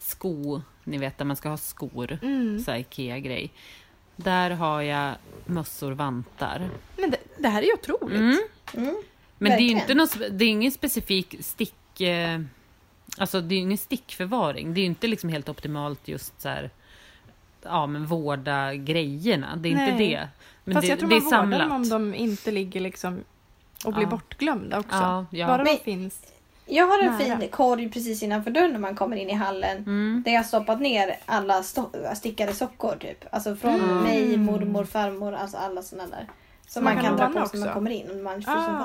ni vet där man ska ha skor. Så här IKEA-grej. Där har jag mössor, vantar.
Men det här är ju otroligt.
Men det är ju inte det är ingen specifik stick... Alltså det är ju ingen stickförvaring. Det är ju inte liksom helt optimalt just så här... Ja, men vårda grejerna. Det är inte det. Men
fast jag tror
det är
man vårdar
samlat.
dem om de inte ligger liksom och blir bortglömda också.
Ja.
Bara de finns.
Jag har en fin korg precis innanför dörren när man kommer in i hallen. Där jag har stoppat ner alla stickade sockor typ. Alltså från mig, mormor, farmor, alltså alla sådana där. Som man kan dra på sig när man kommer in. Om man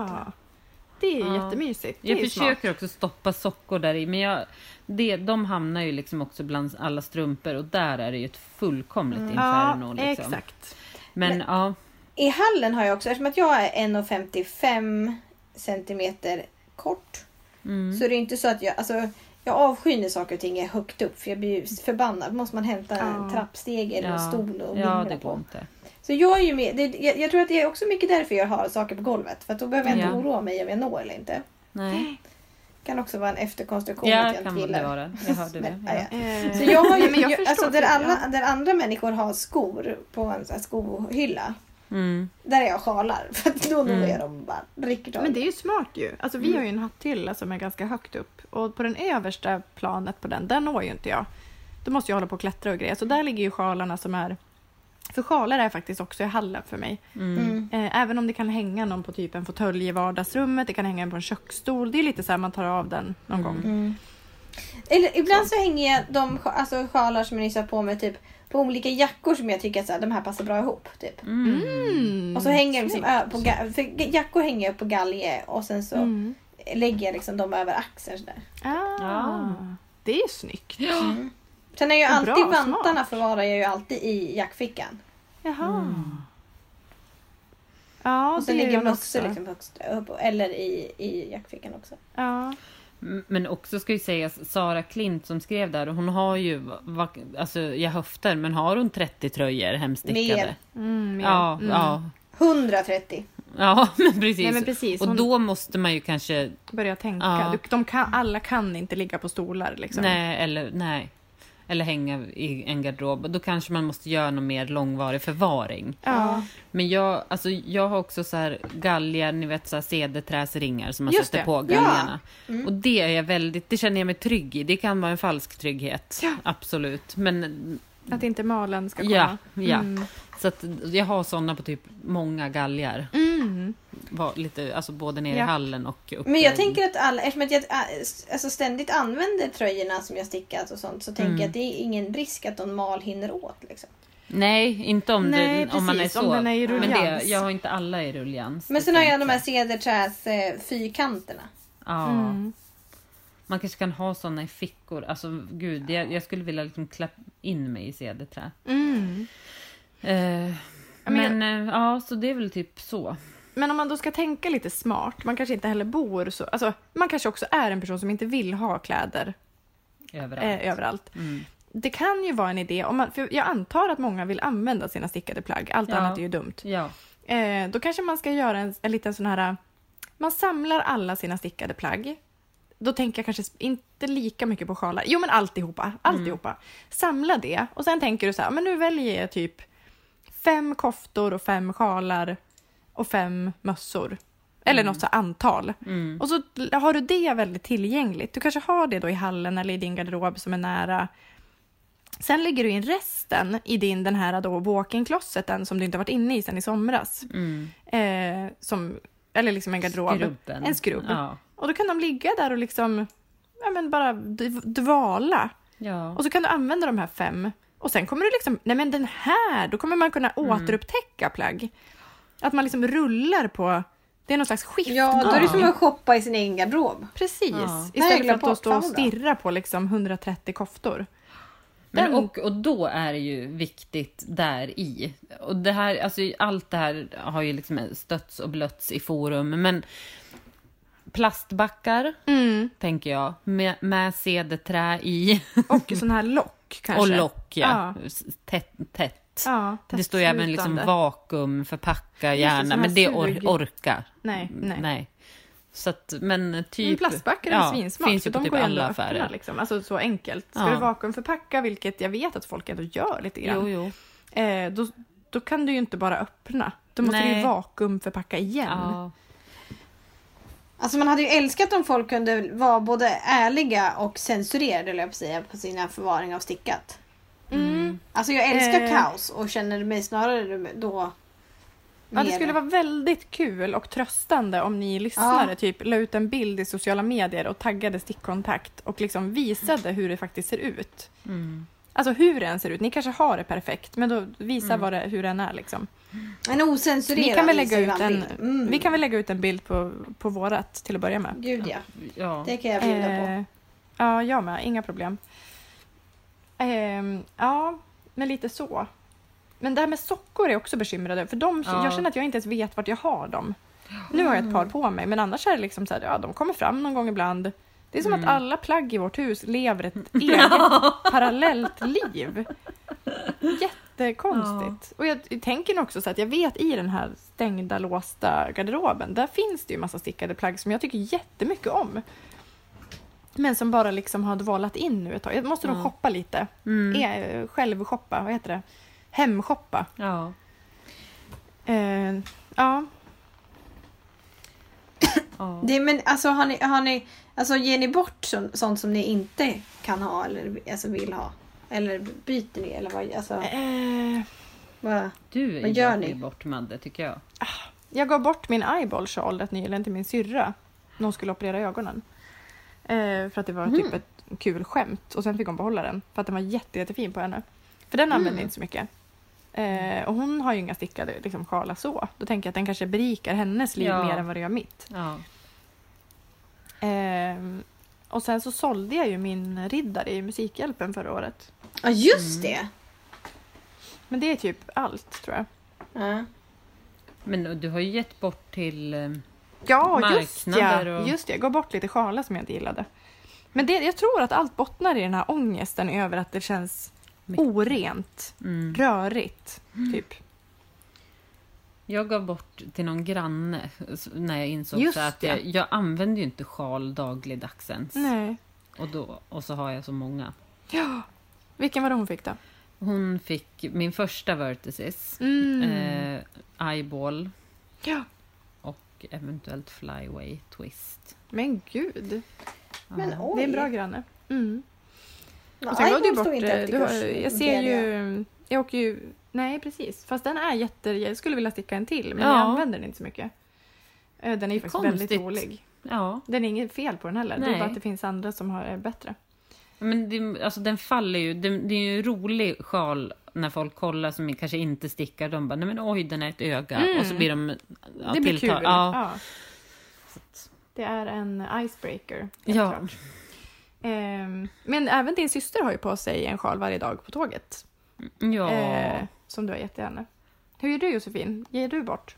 det är jättemysigt.
Jag försöker också stoppa sockor där i. Men de hamnar ju liksom också bland alla strumpor. Och där är det ju ett fullkomligt inferno. Liksom.
Exakt.
Men
i hallen har jag också, eftersom att jag är 1,55 centimeter kort. Så det är inte så att jag avskyr när saker och ting är högt upp. För jag blir förbannad. Måste man hämta en trappsteg eller en stol och vingla på.
Inte.
Så jag är ju med. Jag tror att det är också mycket därför jag har saker på golvet. För att då behöver jag inte oroa mig om jag når eller inte.
Nej.
Kan också vara en efterkonstruktion att jag inte gillar.
Vara. Jag hörde det.
Så jag har ju, alltså där andra människor har skor på en sån här skohylla. Där är jag sjalar. För att då når jag dem bara rycker tag.
Men det är ju smart ju. Alltså vi har ju en hatthylla som är ganska högt upp. Och på den översta planet på den, där når ju inte jag. Då måste jag hålla på och klättra och grejer. Så där ligger ju sjalarna som är... För sjalar är faktiskt också i hallen för mig. Även om det kan hänga någon på typ en fåtölj i vardagsrummet. Det kan hänga på en köksstol. Det är lite så här man tar av den någon gång.
Eller ibland så hänger jag de sjalar som jag nyss har på mig typ på olika jackor som jag tycker att så här, de här passar bra ihop typ. Och så hänger jag liksom för jackor hänger jag på galge och sen så lägger jag liksom dem över axeln så där.
Det är snyggt.
Sen är ju alltid vantarna förvarar jag ju alltid i jackfickan.
Jaha. Ja,
och sen ligger mössor liksom högst upp eller i jackfickan också.
Ja.
Men också ska ju sägas, Sara Klint som skrev där, hon har ju, alltså jag höftar, men har hon 30 tröjor hemstickade?
Mer.
Ja.
130.
Ja, men precis.
Nej, men precis.
Och då måste man ju kanske...
börja tänka. Alla kan inte ligga på stolar liksom.
Nej. eller hänga i en garderob. Då kanske man måste göra någon mer långvarig förvaring.
Ja.
Men jag har också så här galgar, ni vet så här cederträsringar som man
Just
sätter
det.
på galgarna. Och det är det känner jag mig trygg i. Det kan vara en falsk trygghet.
Ja.
Absolut. Men
Att inte malen ska komma.
ja. Så att jag har såna på typ många galgar.
Mm.
Var lite, alltså både nere i
Ja.
hallen och uppe.
Men jag tänker att eftersom att jag alltså ständigt använder tröjorna som jag stickat och sånt, så tänker jag att det är ingen risk att någon mal hinner åt liksom.
Nej, inte om,
Nej,
om man är
precis,
så.
om den är i
Men
ruljans.
jag har inte alla i ruljans.
Men
det
sen har jag
tänker
de här cederträs fyrkanterna.
Ja.
Mm.
Man kanske kan ha såna i fickor. Alltså gud, jag skulle vilja liksom klä in mig i cederträ.
Mm.
Ja, så det är väl typ så.
Men om man då ska tänka lite smart, man kanske inte heller bor så... Alltså, man kanske också är en person som inte vill ha kläder överallt.
Mm.
Det kan ju vara en idé, för jag antar att många vill använda sina stickade plagg. Allt
Ja.
annat är ju dumt.
Ja.
Då kanske man ska göra en liten sån här... Man samlar alla sina stickade plagg. Då tänker jag kanske inte lika mycket på sjalar. Jo, men alltihopa. Samla det. Och sen tänker du så här, men nu väljer jag typ 5 koftor och 5 sjalar och 5 mössor. Eller något så antal.
Mm.
Och så har du det väldigt tillgängligt. Du kanske har det då i hallen eller i din garderob som är nära. Sen lägger du in resten i den här då walk-in-closeten som du inte har varit inne i sedan i somras.
Mm.
Eller liksom en garderob.
Skrubben.
En skrubb.
Ja.
Och då kan de ligga där och liksom bara dvala.
Ja.
Och så kan du använda de här 5. Och sen kommer du liksom, nej men den här, då kommer man kunna återupptäcka plagg. Att man liksom rullar på, det är någon slags skift.
Ja, då är det som att shoppa i sin egen garderob.
Precis.
Ja.
Istället för att då
bort,
stå och
fan då.
stirra på liksom 130 koftor.
Men
Den-
och då är det ju viktigt där i. Och det här, alltså allt det här har ju liksom stötts och blötts i forum. Men plastbackar, tänker jag, med cederträ i.
Och sån här lock kanske.
Och lock, ja. Tätt.
Ja,
Det står ju även liksom
tättslutande.
vakuum, förpacka
det,
gärna.
sån här
Men det
sug.
orkar.
Nej.
Så att, men typ...
Men plastbackar är svinsmart.
finns ju
för
på
de
typ
går ju ändå
alla
att öppna
affärer.
liksom. Alltså så enkelt. Ska
Ja.
du vakuumförpacka, vilket jag vet att folk ändå gör lite grann.
Jo.
Då kan du ju inte bara öppna. Då måste du ju
Nej.
vakuumförpacka igen.
Ja.
Alltså man hade ju älskat om folk kunde vara både ärliga och censurerade, eller jag på säga, på sina förvaring av stickat. Alltså jag älskar kaos och känner mig snarare då
Ja, det
mer-
skulle vara väldigt kul och tröstande om ni lyssnare typ la ut en bild i sociala medier och taggade stickkontakt och liksom visade hur det faktiskt ser ut. Alltså hur den ser ut. Ni kanske har det perfekt, men då visa hur den är liksom.
en ocensurerad.
Vi kan väl lägga ut
visuell bild.
vi kan väl lägga ut en bild på vårat till att börja med.
Gud ja,
Ja.
det kan jag bjuda på.
Ja, jag med. Inga problem. Ja, men lite så. Men det här med sockor är också bekymrade. För jag känner att jag inte ens vet vart jag har dem. Nu har jag ett par på mig. Men annars är det liksom så här, ja, de kommer fram någon gång ibland. Det är som att alla plagg i vårt hus lever ett eget parallellt liv. Jättekonstigt. Och jag tänker nog också så att jag vet i den här stängda, låsta garderoben. Där finns det ju massa stickade plagg som jag tycker jättemycket om. Men som bara liksom har dvalat in nu ett tag. Jag måste nog shoppa lite. Självshoppa, vad heter det? Hemshoppa.
Ja.
Ja.
Det, men alltså har ni alltså ger ni bort sånt som ni inte kan ha eller alltså vill ha? Eller byter ni eller vad? Alltså, vad?
Du
Vad gör ni?
är bort Madde, tycker jag.
Jag gav bort min eyeball shawl rätt nyligen till min syrra. När hon skulle operera ögonen. För att det var typ ett kul skämt. Och sen fick hon behålla den. För att den var jättefin på henne. För den använde inte så mycket. Och hon har ju inga stickade liksom, sjalar så. Då tänker jag att den kanske berikar hennes liv mer än vad det gör mitt.
Ja.
Och sen så sålde jag ju min riddare i Musikhjälpen förra året.
Ja, just det.
Men det är typ allt, tror jag.
Ja.
Men du har ju gett bort till...
Ja, just
marknader
ja.
och-
Just det. Jag gav bort lite sjalar som jag inte gillade. Men jag tror att allt bottnar i den här ångesten över att det känns orent, rörigt, typ.
Jag gav bort till någon granne när jag insåg
Just
så att
det.
jag använder ju inte sjal dagligdags ens.
Nej.
Och så har jag så många.
Ja. Vilken var det hon fick då?
Hon fick min första Vertices. Eyeball.
Ja.
Och eventuellt Flyway Twist.
Men gud.
Men
Ja.
oj.
Det är en bra granne. Mm.
Ja,
Och sen gav du
iPhone står
bort...
inte efter kurs.
Jag ser ju... Jag åker ju... Nej, precis. Fast den är jag skulle vilja sticka en till, men
Ja.
jag använder den inte så mycket. Den är ju faktiskt väldigt
Konstigt.
rolig.
Ja.
Den är inget fel på den heller. Det
Nej.
är bara att det finns andra som är bättre.
Men alltså den faller ju. Det är ju en rolig sjal när folk kollar som kanske inte stickar. De bara, nej men oj, den är ett öga. Och så blir de
Det blir kul.
Ja.
Ja.
Så att-
Det är en icebreaker. helt
Ja.
klart. Men även din syster har ju på sig en sjal varje dag på tåget.
Ja.
Som du har gett henne. Hur gör du, Josefin? Ger du bort?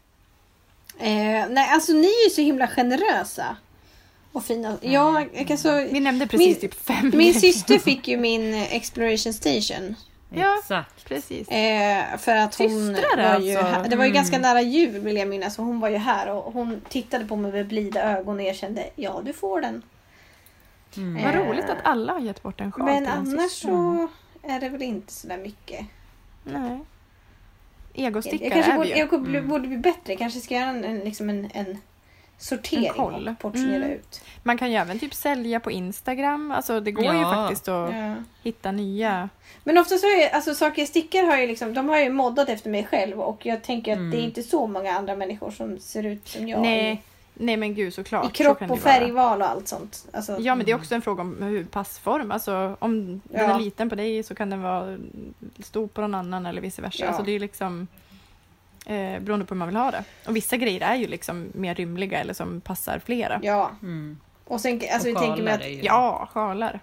Nej, alltså ni är ju så himla generösa. Och fina.
Vi nämnde precis typ 5.
Min syster fick ju min Exploration Station.
Ja.
Exakt.
Precis.
För att hon
Systrar
var ju,
alltså.
det var ju ganska nära jul vill jag minnas. Och hon var ju här och hon tittade på mig med blida ögon och erkände, ja du får den.
Vad roligt att alla har gett bort en sjal
Men
till en
annars
syster.
så är det väl inte så där mycket.
Nej.
Jag
Egostickare
kanske
är
borde,
vi ju.
jag borde bli bättre. Kanske ska göra en sortering
En koll.
och portionera ut.
Man kan ju även typ sälja på Instagram. Alltså det går ju
Ja.
faktiskt att
Ja.
hitta nya.
Men ofta så är alltså saker jag stickar har ju liksom, de har ju moddat efter mig själv och jag tänker att det är inte så många andra människor som ser ut som jag.
Nej men gud såklart.
I
Så
kropp
kan det
och
ju vara.
färgval och allt sånt. Alltså,
Ja men det är också en fråga om hur passform. Alltså om den är liten på dig så kan den vara stor på någon annan eller vice versa.
Ja.
Alltså det är liksom beroende på hur man vill ha det. Och vissa grejer är ju liksom mer rymliga eller som passar flera.
Ja.
Mm.
Och sen alltså,
Och
jag tänker mig
sjalar är
att
ju-
Ja, sjalar.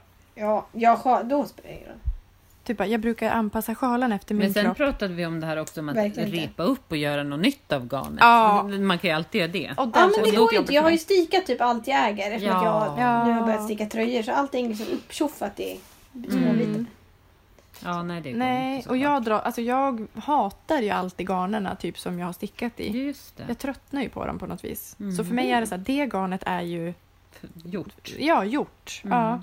då spelar det ingen roll.
Typ jag brukar anpassa sjalen efter min
Men sen
kropp.
pratade vi om det här också om att
Verkligen inte.
repa upp och göra något nytt av garnet.
Ja.
Man kan ju alltid göra det.
Och den
Ja men
känns
det går
jobbig
ju inte.
för
Jag har ju
mig.
stickat typ allt jag äger eftersom att jag
Ja.
nu har börjat sticka tröjor. Så allting är liksom upptjoffat i små bitar.
Ja, nej det går
Nej,
inte.
och jag hatar ju alltid garnerna typ som jag har stickat i.
Just det.
Jag tröttnar ju på dem på något vis. Så för mig är det så här, det garnet är ju
Gjort.
gjort. Ja.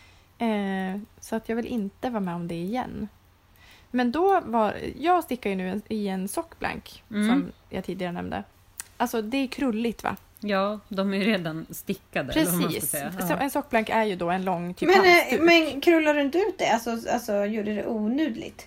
Så att jag vill inte vara med om det igen. Men jag stickar ju nu i en sockblank som jag tidigare nämnde. Alltså det är krulligt va?
Ja, de är ju redan stickade. eller vad man ska
Precis.
säga.
Så en sockblank är ju då en lång typ
Men,
halsduk.
men krullar du inte ut det? Alltså gjorde det onudligt?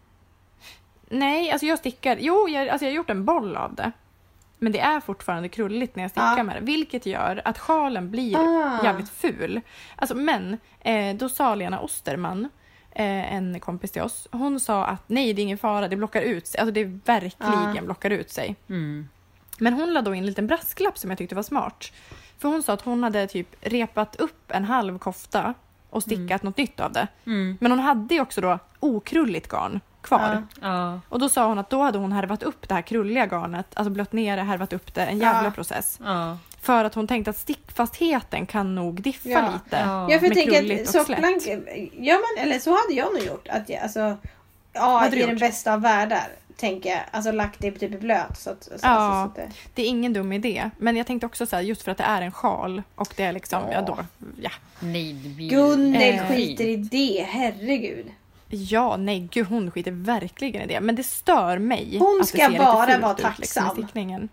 Nej, alltså jag stickar... Jo, jag har gjort en boll av det. Men det är fortfarande krulligt när jag stickar med det. Vilket gör att sjalen blir jävligt ful. Alltså, men då sa Lena Osterman, en kompis till oss, hon sa att nej, det är ingen fara, det blockar ut sig. Alltså det verkligen blockar ut sig.
Mm.
Men hon lade då in en liten brasklapp som jag tyckte var smart. För hon sa att hon hade typ repat upp en halv kofta och stickat något nytt av det.
Mm.
Men hon hade ju också då okrulligt garn kvar.
Ja.
Och då sa hon att då hade hon härvat upp det här krulliga garnet, alltså blött ner det, härvat upp det, en jävla process.
Ja.
För att hon tänkte att stickfastheten kan nog diffa lite.
Ja.
Ja, för jag
med
tänker
krulligt
att
och slätt.
sockblank, eller så hade jag nog gjort. Att jag, alltså,
Hade du
i den
gjort?
bästa av världar, tänker jag. Alltså lagt det typ i blöt. Så att, så att det,
Det är ingen dum idé. Men jag tänkte också så här, just för att det är en sjal och det är liksom,
Nej, det blir
Gunnel
fint.
skiter i det, herregud.
Ja, nej gud, hon skiter verkligen i det. Men det stör mig.
Hon
att
ska
det ser lite
bara
fult
vara
ut, liksom,
tacksam.
i stickningen.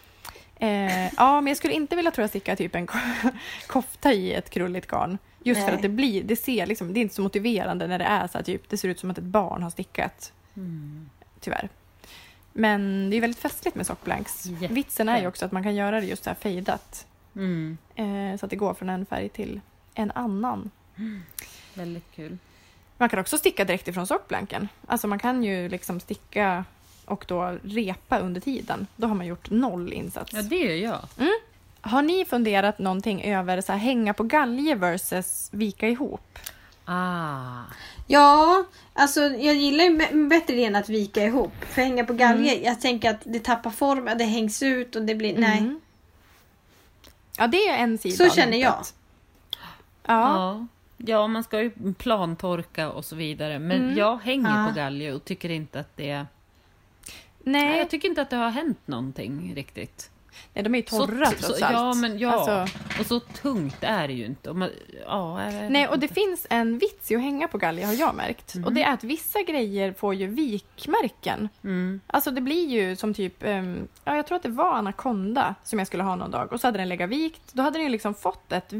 Ja, men jag skulle inte vilja, tror jag, sticka typ en kofta i ett krulligt garn. Just för
Nej.
att det ser liksom, det är inte så motiverande när det är så här, typ, det ser ut som att ett barn har stickat. Tyvärr. Men det är väldigt festligt med sockblanks.
Jätte.
Vitsen är ju också att man kan göra det just så här fejdat.
Mm.
Så att det går från en färg till en annan.
Väldigt kul.
Man kan också sticka direkt ifrån sockblanken. Alltså man kan ju liksom sticka och då repa under tiden. Då har man gjort 0 insats.
Ja, det gör jag.
Har ni funderat någonting över så här, hänga på galge versus vika ihop?
Ja, alltså jag gillar ju bättre idén att vika ihop. För hänga på galge, jag tänker att det tappar form, det hängs ut och det blir, nej.
Ja, det är en sida.
Så
av
känner jag.
myntet. Ja.
Ja, man ska ju plantorka och så vidare. Men jag hänger på galge och tycker inte att det... Nej,
Nej,
jag tycker inte att det har hänt någonting riktigt.
Nej, de är ju torra trots allt.
Ja, men ja.
Alltså,
och så tungt är det ju inte. Och man,
nej, och det finns en vits i att hänga på galge har jag märkt. Och det är att vissa grejer får ju vikmärken. Alltså det blir ju som typ, jag tror att det var anakonda som jag skulle ha någon dag. Och så hade den legat vikt. Då hade den ju liksom fått ett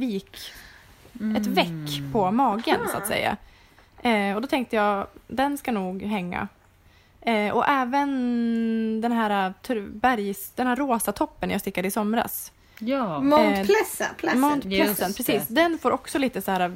väck på magen så att säga. Och då tänkte jag, den ska nog hänga. Och även den här den här rosa toppen jag stickade i somras.
Ja.
Mont Pleasant,
precis. Den får också lite så här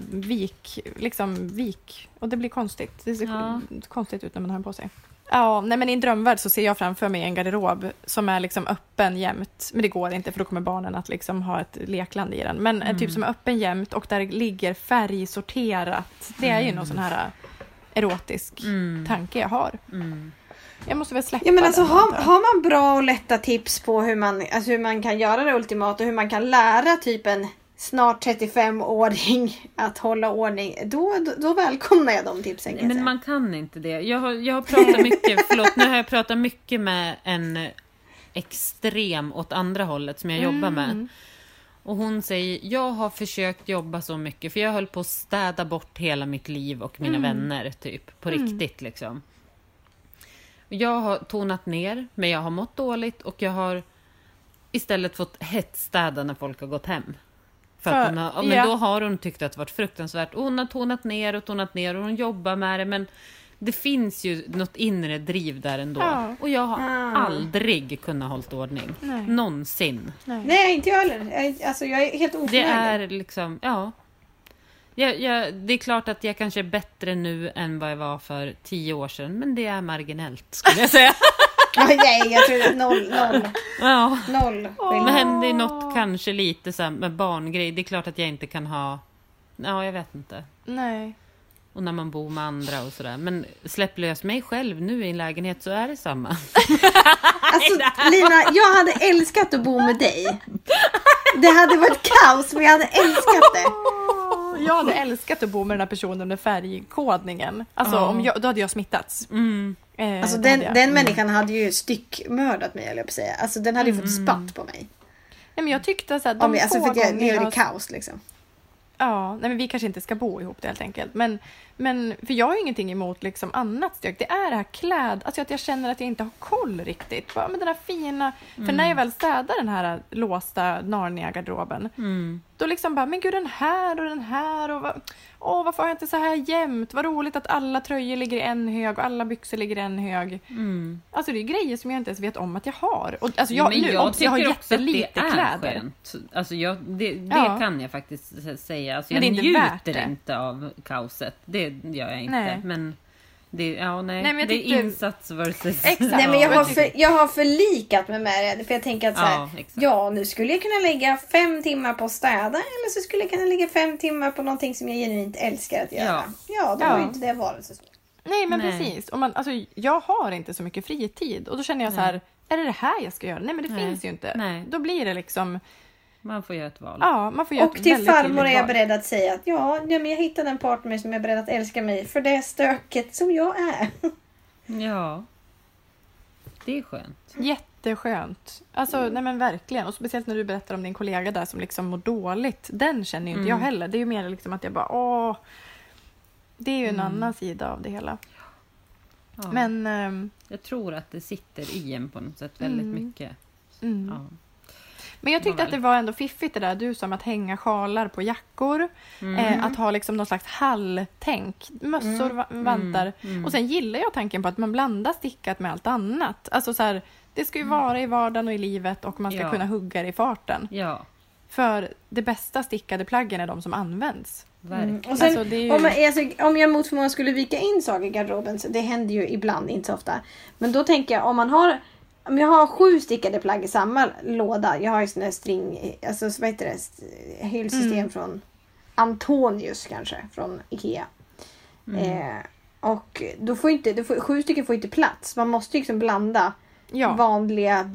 vik. Och det blir konstigt. Det ser konstigt ut när man har den på sig. Ja, nej, men i en drömvärld så ser jag framför mig en garderob som är liksom öppen jämt. Men det går inte för då kommer barnen att liksom ha ett lekland i den. Men en typ som är öppen jämt och där ligger färgsorterat. Det är ju någon sån här erotisk tanke jag har. Jag måste väl släppa
ja, men alltså,
den.
har man bra och lätta tips på hur man kan göra det ultimat och hur man kan lära typ en snart 35-åring att hålla ordning, då välkomnar jag de tipsen.
Men man kan inte det. Jag har pratat mycket, nu har jag pratat mycket med en extrem åt andra hållet som jag jobbar med. Och hon säger, jag har försökt jobba så mycket för jag höll på att städa bort hela mitt liv och mina vänner typ, på riktigt liksom. Jag har tonat ner, men jag har mått dåligt och jag har istället fått hetsstäda när folk har gått hem. För att men då har hon tyckt att det varit fruktansvärt. Och hon har tonat ner och hon jobbar med det. Men det finns ju något inre driv där ändå. Ja. Och jag har aldrig kunnat hålla ordning. Nej. Någonsin.
Nej, inte jag heller. Alltså, jag är helt oförmögen.
Det är liksom, det är klart att jag kanske är bättre nu än vad jag var för 10 år sedan. Men det är marginellt, skulle jag säga.
Nej, jag tror det är noll.
Ja.
Noll.
Men det är något kanske lite så här med barngrej. Det är klart att jag inte kan ha... Ja, jag vet inte.
Nej.
Och när man bor med andra och sådär. Men släpp lös mig själv nu i en lägenhet så är det samma.
Alltså, Lina, jag hade älskat att bo med dig. Det hade varit kaos, men jag hade älskat det.
Jag hade älskat att bo med den här personen med färgkodningen. Alltså, då hade jag smittats.
Alltså, den människan hade ju styckmördat mig, eller jag på säga. Alltså, den hade ju fått spatt på mig.
Nej, men jag tyckte så här,
för att jag lever i kaos, liksom.
Ja, nej, men vi kanske inte ska bo ihop det helt enkelt. Men för jag har ingenting emot liksom annat stök. Det är det här alltså att jag känner att jag inte har koll riktigt. Men den här fina, för när jag väl städar den här låsta Narnia-garderoben, då liksom bara, men gud, den här och den här och varför har jag inte så här jämnt? Vad roligt att alla tröjor ligger i en hög och alla byxor ligger i en hög. Alltså det är grejer som jag inte ens vet om att jag har. Och alltså jag har jättelite kläder.
Skönt. Alltså det kan jag faktiskt säga. Alltså jag njuter inte av kaoset. Det gör jag inte. Nej. Men det är insats versus...
Exakt. Nej, men jag har förlikat mig med det. För jag tänker att så här, nu skulle jag kunna lägga 5 timmar på att städa. Eller så skulle jag kunna lägga 5 timmar på någonting som jag genuint älskar att göra. Ja, då var ju inte det varit så svårt.
Nej, men precis. Och jag har inte så mycket fritid. Och då känner jag så här, är det här jag ska göra? Nej, men det finns ju inte. Nej. Då blir det liksom...
Man får göra ett val.
Ja, man får göra
och till farmor är jag beredd att säga att men jag hittade en partner som är beredd att älska mig för det stöket som jag är.
Ja. Det är skönt.
Jätteskönt. Alltså, nej men verkligen. Och speciellt när du berättar om din kollega där som liksom mår dåligt. Den känner ju inte jag heller. Det är ju mer liksom att jag bara, det är ju en annan sida av det hela. Ja. Men...
jag tror att det sitter i en på något sätt väldigt mycket. Ja.
Men jag tyckte att det var ändå fiffigt det där du sa, att hänga sjalar på jackor. Att ha liksom någon slags halltänk. Mössor, vantar. Och sen gillar jag tanken på att man blandar stickat med allt annat. Alltså så här, det ska ju vara i vardagen och i livet och man ska kunna hugga det i farten. Ja. För det bästa stickade plaggen är de som används.
Och sen, alltså, om jag mot förmodan skulle vika in saker i garderoben, så det händer ju ibland, inte så ofta. Men då tänker jag, om jag har 7 stickade plagg i samma låda. Jag har ju sån här string, alltså vad heter det, hyllsystem från Antonius kanske, från Ikea. Och då får 7 stycken får inte plats. Man måste ju liksom blanda vanliga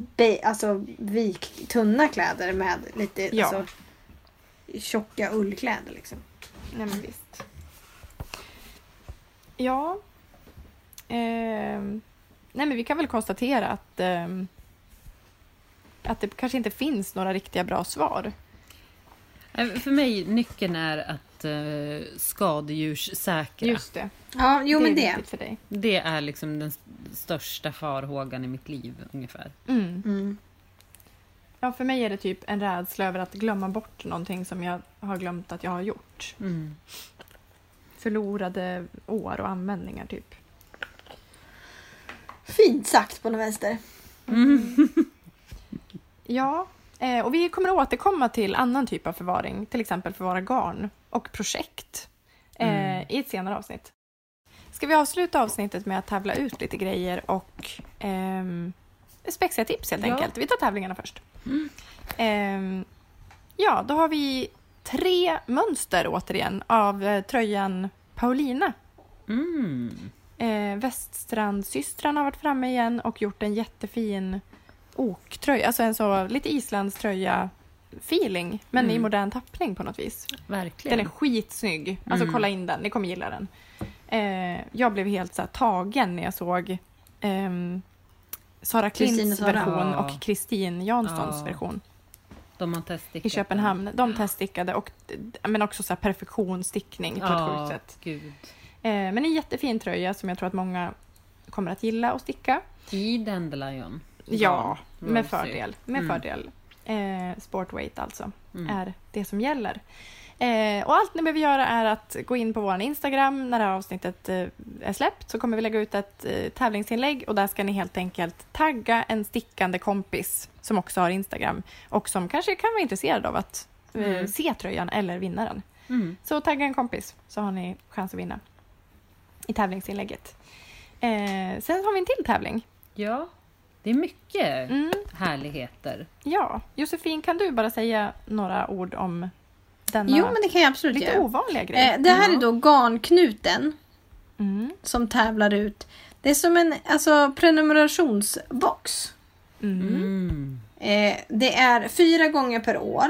tunna kläder med lite alltså, tjocka ullkläder liksom.
Nej, men visst. Ja. Nej, men vi kan väl konstatera att att det kanske inte finns några riktiga bra svar.
För mig, nyckeln är att skadedjurssäkra.
Just det.
Ja, jo
det
men
är
det.
viktigt för dig.
Det är liksom den största farhågan i mitt liv ungefär.
Mm.
Ja, för mig är det typ en rädsla över att glömma bort någonting som jag har glömt att jag har gjort.
Mm.
Förlorade år och användningar typ.
Fint sagt på något vänster.
Ja, och vi kommer att återkomma till annan typ av förvaring. Till exempel förvara garn och projekt i ett senare avsnitt. Ska vi avsluta avsnittet med att tävla ut lite grejer och spexiga tips helt enkelt. Vi tar tävlingarna först. Ja, då har vi 3 mönster återigen av tröjan Paulina. Väststrandsystrarna har varit framme igen och gjort en jättefin oktröja. Alltså en så lite islandströja feeling, men i modern tappning på något vis.
Verkligen.
Den är skitsnygg. Alltså kolla in den, ni kommer gilla den. Jag blev helt så här tagen när jag såg Sara Klints version och Kristin Janssons version.
De har teststickat
i Köpenhamn. De teststickade och men också så här perfektionsstickning på ett sjukt sätt.
Gud.
Men en jättefin tröja som jag tror att många kommer att gilla att sticka.
I Dandelion.
Ja, med fördel. Med fördel. Sportweight alltså är det som gäller. Och allt ni behöver göra är att gå in på vår Instagram när det här avsnittet är släppt, så kommer vi lägga ut ett tävlingsinlägg och där ska ni helt enkelt tagga en stickande kompis som också har Instagram och som kanske kan vara intresserad av att se tröjan eller vinna den. Så tagga en kompis så har ni chans att vinna i tävlingsinlägget. Sen har vi en till tävling.
Ja, det är mycket härligheter.
Ja, Josefin, kan du bara säga några ord om denna
Jo, men det kan jag absolut
lite
göra.
ovanliga grej?
Det här är då garnknuten som tävlar ut. Det är som en prenumerationsbox. Det är 4 gånger per år.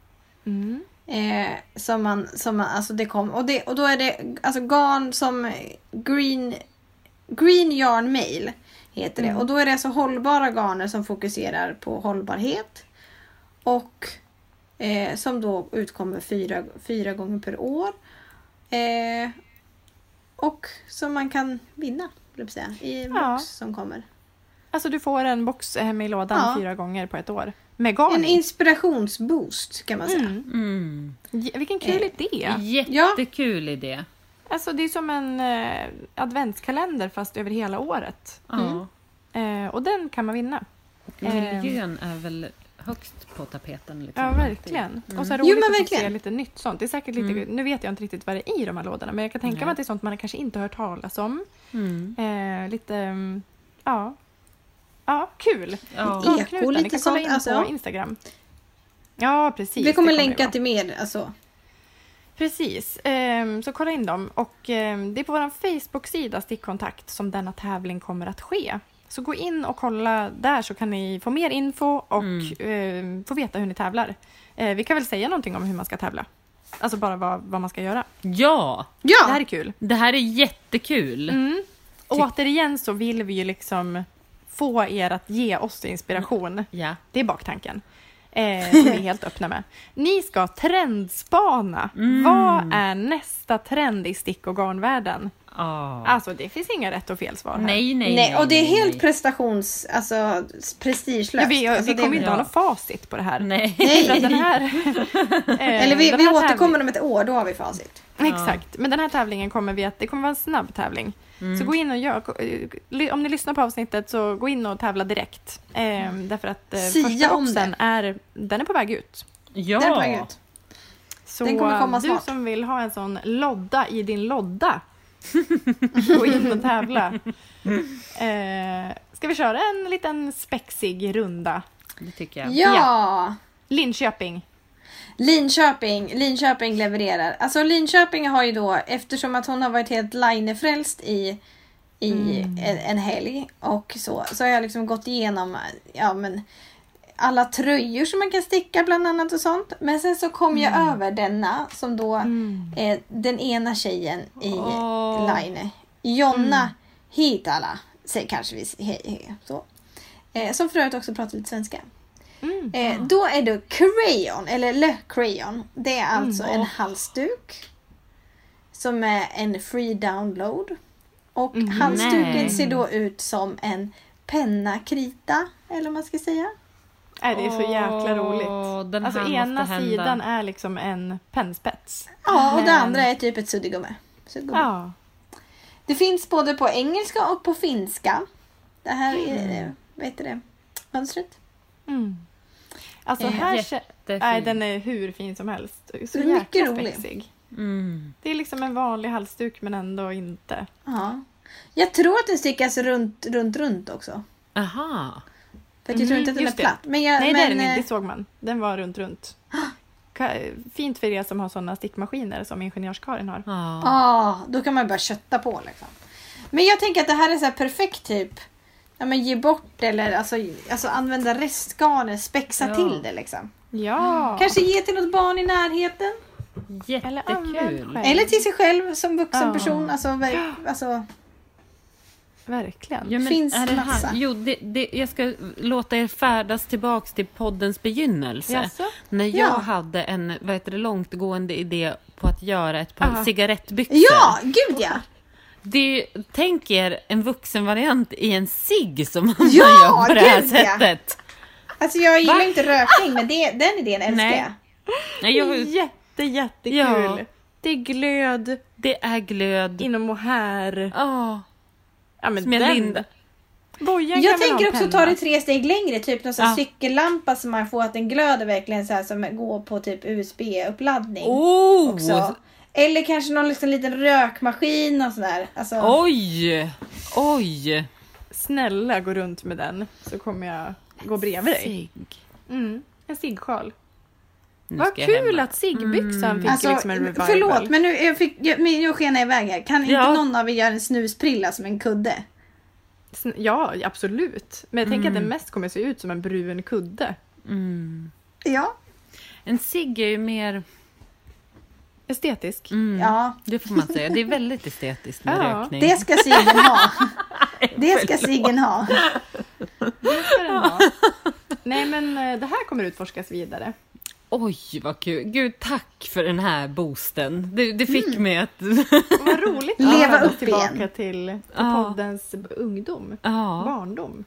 Som man alltså det kom och då är det alltså garn som Green Yarn Mail heter det, och då är det alltså hållbara garner som fokuserar på hållbarhet och som då utkommer 4 gånger per år och som man kan vinna i en box som kommer.
Alltså du får en box hemma i lådan 4 gånger på ett år. Med garn.
En inspirationsboost kan man säga.
Vilken kul idé.
Jättekul idé.
Alltså det är som en adventskalender fast över hela året. Och den kan man vinna.
Och miljön är väl högst på tapeten. Liksom.
Ja, verkligen. Och så är det roligt att se lite nytt sånt. Det är säkert lite, nu vet jag inte riktigt vad det är i de här lådorna, men jag kan tänka mig att det är sånt man kanske inte hört talas om. Lite, kul.
Eko, lite
ni kan
sånt.
kolla in på Instagram. Ja, precis.
Vi kommer länka till mer. Alltså.
Precis, så kolla in dem. Och det är på vår Facebook-sida Stickkontakt som denna tävling kommer att ske. Så gå in och kolla där så kan ni få mer info och få veta hur ni tävlar. Vi kan väl säga någonting om hur man ska tävla. Alltså bara vad man ska göra.
Ja!
Det här är kul.
Det här är jättekul.
Återigen så vill vi ju liksom få er att ge oss inspiration.
Ja.
Det är baktanken. Som vi är helt öppna med. Ni ska trendspana. Vad är nästa trend i stick- och garnvärlden? Alltså det finns inga rätt och fel svar här.
Nej, och det är helt prestigelöst.
Vi kommer inte ha något facit på det här.
Nej.
För att den här,
eller vi återkommer om ett år, då har vi facit.
Exakt, men den här tävlingen det kommer vara en snabb tävling. Så gå in och om ni lyssnar på avsnittet så gå in och tävla direkt. Därför att första boxen den är på väg ut.
Ja.
Den är på väg ut.
Så
den kommer komma snart.
Du som vill ha en sån lodda i din lodda, gå in och tävla. Ska vi köra en liten spexig runda?
Det tycker jag.
Ja.
Linköping
levererar. Alltså Linköping har ju då, eftersom att hon har varit helt linefrälst i en helg och så har jag liksom gått igenom alla tröjor som man kan sticka bland annat och sånt. Men sen så kom jag över denna som då är den ena tjejen i line. Jonna Hitala, säger kanske vi så. Som förut också pratar lite svenska. Då är det crayon, eller Le Crayon. Det är alltså en halsduk som är en free download. Och halsduken ser då ut som en pennakrita, eller vad man ska säga.
Nej, det är så jäkla roligt. Alltså ena sidan är liksom en pennspets.
Ja, och det andra är typ ett suddgummi.
Ja.
Det finns både på engelska och på finska. Det här är, vad heter det? Mönstret.
Alltså här den är hur fin som helst. Så
mycket
jäkla
rolig.
spexig. Det är liksom en vanlig halsduk men ändå inte.
Ja. Jag tror att den stickas runt också.
Aha.
För att jag tror inte att den är
just det.
platt.
Nej, det är den inte. Det såg man. Den var runt. Fint för er som har sådana stickmaskiner som ingenjörskarin har.
Då kan man bara kötta på liksom. Men jag tänker att det här är så här perfekt typ. Ja, men ge bort eller alltså använda restgarner, spexa till det liksom.
Ja.
Kanske ge till något barn i närheten.
Jättekul.
Eller till sig själv som vuxen person. Alltså
verkligen.
Ja, men
finns
är det
massa.
här? Jo, jag ska låta er färdas tillbaks till poddens begynnelse.
Jaså?
När jag hade en långtgående idé på att göra ett par cigarettbyxor.
Ja, gud ja.
Tänk er en vuxenvariant i en cigg som man
Ja,
gör på det här
gud, ja.
sättet.
Alltså jag gillar inte rökning, men den idén älskar
Nej.
jag.
Jättekul.
Ja.
Det är glöd.
Det är glöd.
Inom mohair.
Ja,
men
som en linda.
Bojan
Jag
kan väl
tänker
ha
också
penna.
ta det 3 steg längre. Typ någon sån här cykellampa som man får att den glöder verkligen så här, som går på typ USB-uppladdning. Också. Eller kanske någon liksom liten rökmaskin och sådär. Alltså...
Oj.
Snälla gå runt med den så kommer jag gå bredvid dig.
Cigg.
En ciggsjal.
Nu
Vad
ska jag
kul
hämta.
att ciggbyxan fick
Alltså,
liksom en revival.
förlåt, men jag skenar iväg här. Kan inte
Ja.
någon av er göra en snusprilla som en kudde?
Ja, absolut. Men jag tänker att den mest kommer se ut som en brun kudde.
Ja.
En cigg är ju mer...
Estetisk.
Ja.
Det får man säga. Det är väldigt estetiskt med rökning.
Det ska ciggen ha. Det ska ciggen ha.
Det ska den ha. Nej, men det här kommer utforskas vidare.
Oj, vad kul. Gud, tack för den här boosten. Det fick mig att...
Vad roligt att
Leva
höra
upp
tillbaka
igen.
till poddens ungdom. Barndom.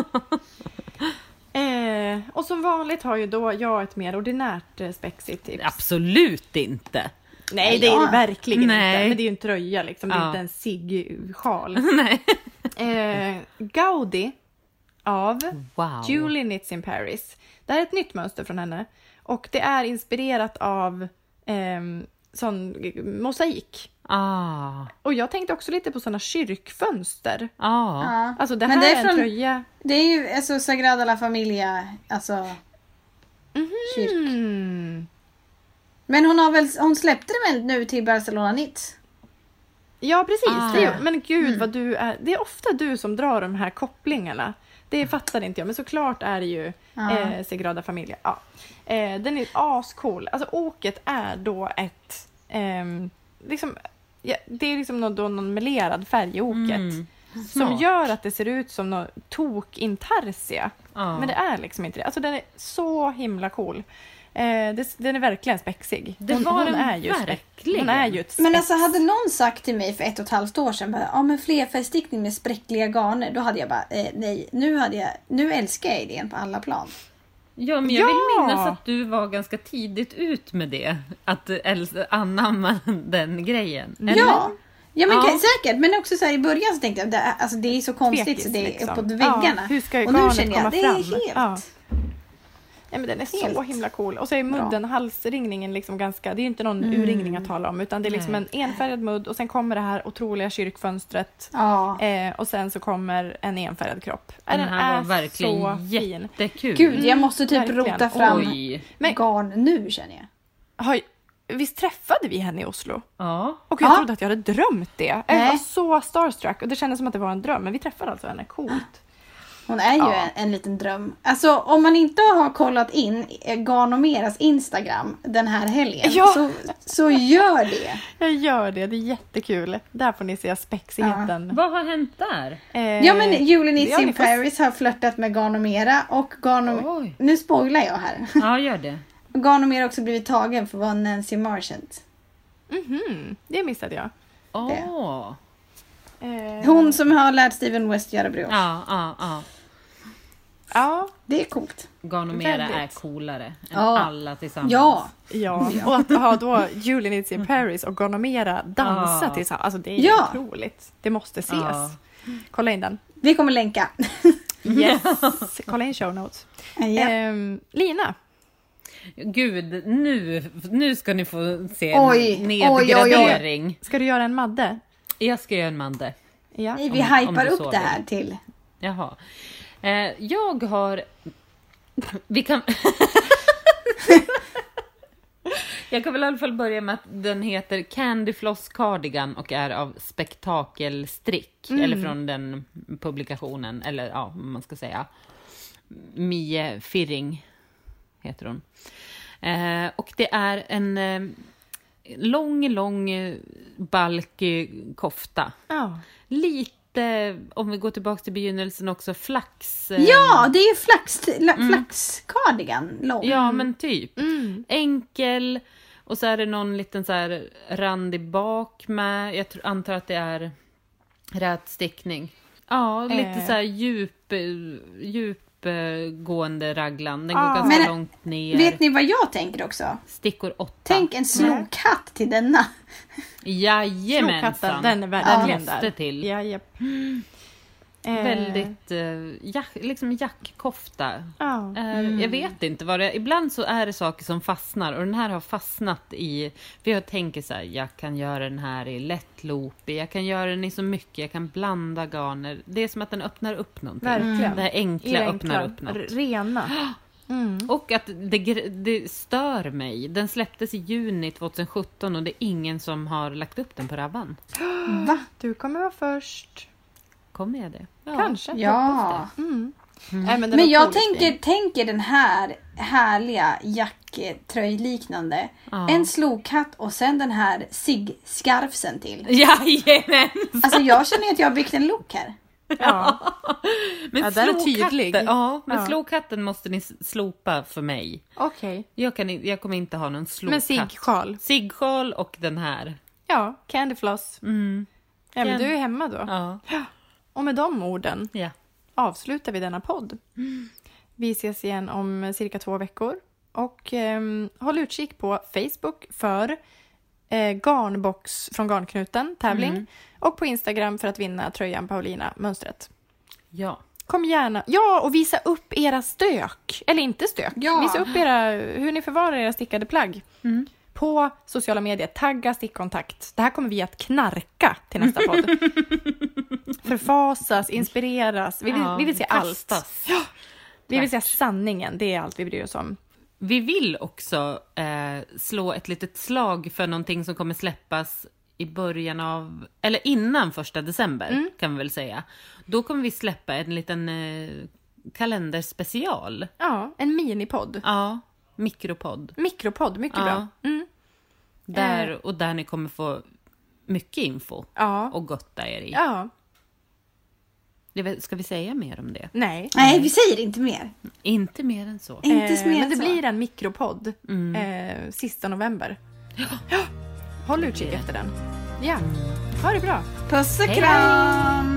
Och som vanligt har ju då jag ett mer ordinärt spexigt tips.
Absolut inte.
Nej, det är det verkligen inte.
Nej.
Men det är ju en tröja liksom. Det är inte en ciggsjal.
Nej.
Gaudi av
Wow.
Julie Knits in Paris. Det här är ett nytt mönster från henne. Och det är inspirerat av sån mosaik. Och jag tänkte också lite på såna kyrkfönster.
Ja.
Alltså det
Men
här
det är
är en
från-
tröja.
Det är ju alltså Sagrada la Familia, alltså kyrk. Men hon släppte det väl nu till Barcelona Knits?
Ja, precis. Men gud vad du är. Det är ofta du som drar de här kopplingarna. Det fattar inte jag. Men såklart är det ju Sagrada Familia. Ja. Den är ascool. Alltså åket är då ett... liksom, det är liksom någon melerad färg i åket. Som gör att det ser ut som någon tok-intarsia. Men det är liksom inte det. Alltså den är så himla cool. Den är verkligen spexig. Hon är ju
verkligen.
Hon är ju ett spex.
Men alltså hade någon sagt till mig för 1,5 år sedan bara, men flerfärgstickning med spräckliga garner, då hade jag bara nej, nu älskar jag idén på alla plan.
Ja, men jag vill minnas att du var ganska tidigt ut med det. Att anamma den grejen. Eller?
Ja, men säkert. Men också så här, i början så tänkte jag, det är så konstigt
Tvekis,
så det är
liksom.
uppåt väggarna.
Hur ska
och nu
garnet
känner jag,
komma
det
fram?
är helt...
Ja. Ja, men den är så
Helt
himla cool. Och så är mudden, halsringningen liksom ganska... Det är ju inte någon urringning att tala om. Utan det är liksom en enfärgad mudd. Och sen kommer det här otroliga kyrkfönstret. Och sen så kommer en enfärgad kropp.
Den
Den
här
är
var verkligen
så fin.
jättekul.
Gud, jag måste typ
verkligen.
rota fram
Men-
garn nu, känner jag.
Visst träffade vi henne i Oslo?
Ja.
Och jag trodde att jag hade drömt det. Jag
Nej.
var så starstruck. Och det kändes som att det var en dröm. Men vi träffade alltså henne. Coolt.
Hon är ju en liten dröm. Alltså om man inte har kollat in Ganomeras Instagram den här helgen så gör det.
Jag gör det, det är jättekul. Där får ni se spexigheten.
Vad har hänt där?
Ja men Julie Needs in Paris har flörtat med Ganomera och nu spoilar jag här.
Ja, gör det.
Ganomera har också blivit tagen för att vara Nancy Marchant.
Det missade jag.
Hon som har lärt Steven West göra brioche.
Ja.
Det är coolt.
Ganomera är coolare än alla tillsammans.
Ja.
Och att ha då Julie Needs in Paris och Ganomera dansa tillsammans. Alltså det är ju otroligt. Det måste ses. Kolla in den.
Vi kommer länka.
Yes. Kolla in show notes. Lina.
Gud, nu ska ni få se en nedgradering.
Ska du göra en Madde?
Jag ska göra en Madde.
Ja. Nej, vi hypar upp det här till.
Jaha. Jag har... Vi kan... Jag kan väl i alla fall börja med att den heter Candy Floss Cardigan och är av Spektakelstrick. Eller från den publikationen, eller vad man ska säga. Mie Firring heter hon. Och det är en lång balkig kofta. Lite, om vi går tillbaka till begynnelsen också, flax.
Ja, det är ju flaxkardigan lång.
Ja, men typ. Enkel. Och så är det någon liten så här randig bak med. Jag antar att det är rätstickning. Ja, lite så här djupgående raglan. Den går ganska långt ner.
Vet ni vad jag tänker också?
Stickor 8.
Tänk en slokhatt till denna.
Jajamensan.
Den är verkligen
där. Till. Väldigt liksom jackkofta. Jag vet inte vad det är. Ibland så är det saker som fastnar. Och den här har fastnat i... För jag tänker så här, jag kan göra den här i lättloopig. Jag kan göra den i så mycket. Jag kan blanda garner. Det är som att den öppnar upp någonting.
Verkligen.
Det här enkla öppnar upp något.
Rena.
Och att det stör mig. Den släpptes i juni 2017 och det är ingen som har lagt upp den på Rabban.
Va? Du kommer vara först.
Kommer jag det? Ja,
kanske.
Ja.
Nej,
men jag tänker den här härliga jacktröjliknande. En slokhatt och sen den här skarfsen till.
Jajamän!
Alltså jag känner att jag har byggt en look här.
Men
den är tydlig.
Men slokhatten måste ni slopa för mig.
Okej.
Jag kommer inte ha någon slokhatt.
Men
siggsjal och den här.
Ja, candy floss. Ja, men du är hemma då.
Ja.
Och med de orden avslutar vi denna podd. Vi ses igen om cirka 2 veckor. Och håll utkik på Facebook för garnbox från Garnknuten tävling. Och på Instagram för att vinna tröjan Paulina-mönstret.
Ja.
Kom gärna. Ja, och visa upp era stök. Eller inte stök.
Ja.
Visa upp hur ni förvarar era stickade plagg. På sociala medier. Tagga stickkontakt. Det här kommer vi att knarka till nästa podd. Förfasas, inspireras. Vi vill se allt. Ja. Vi vill se sanningen. Det är allt vi bryr oss om.
Vi vill också slå ett litet slag för någonting som kommer släppas i början av, eller innan 1 december kan vi väl säga. Då kommer vi släppa en liten kalenderspecial.
Ja, en minipodd.
Ja, mikropodd, mycket
bra.
Där ni kommer få mycket info och gotta er i.
Ja.
Ska vi säga mer om det?
Nej, vi säger inte mer.
Inte mer än så.
Men det blir en mikropodd sista november. Håll utkik efter den. Ja, ha det bra.
Puss och kram!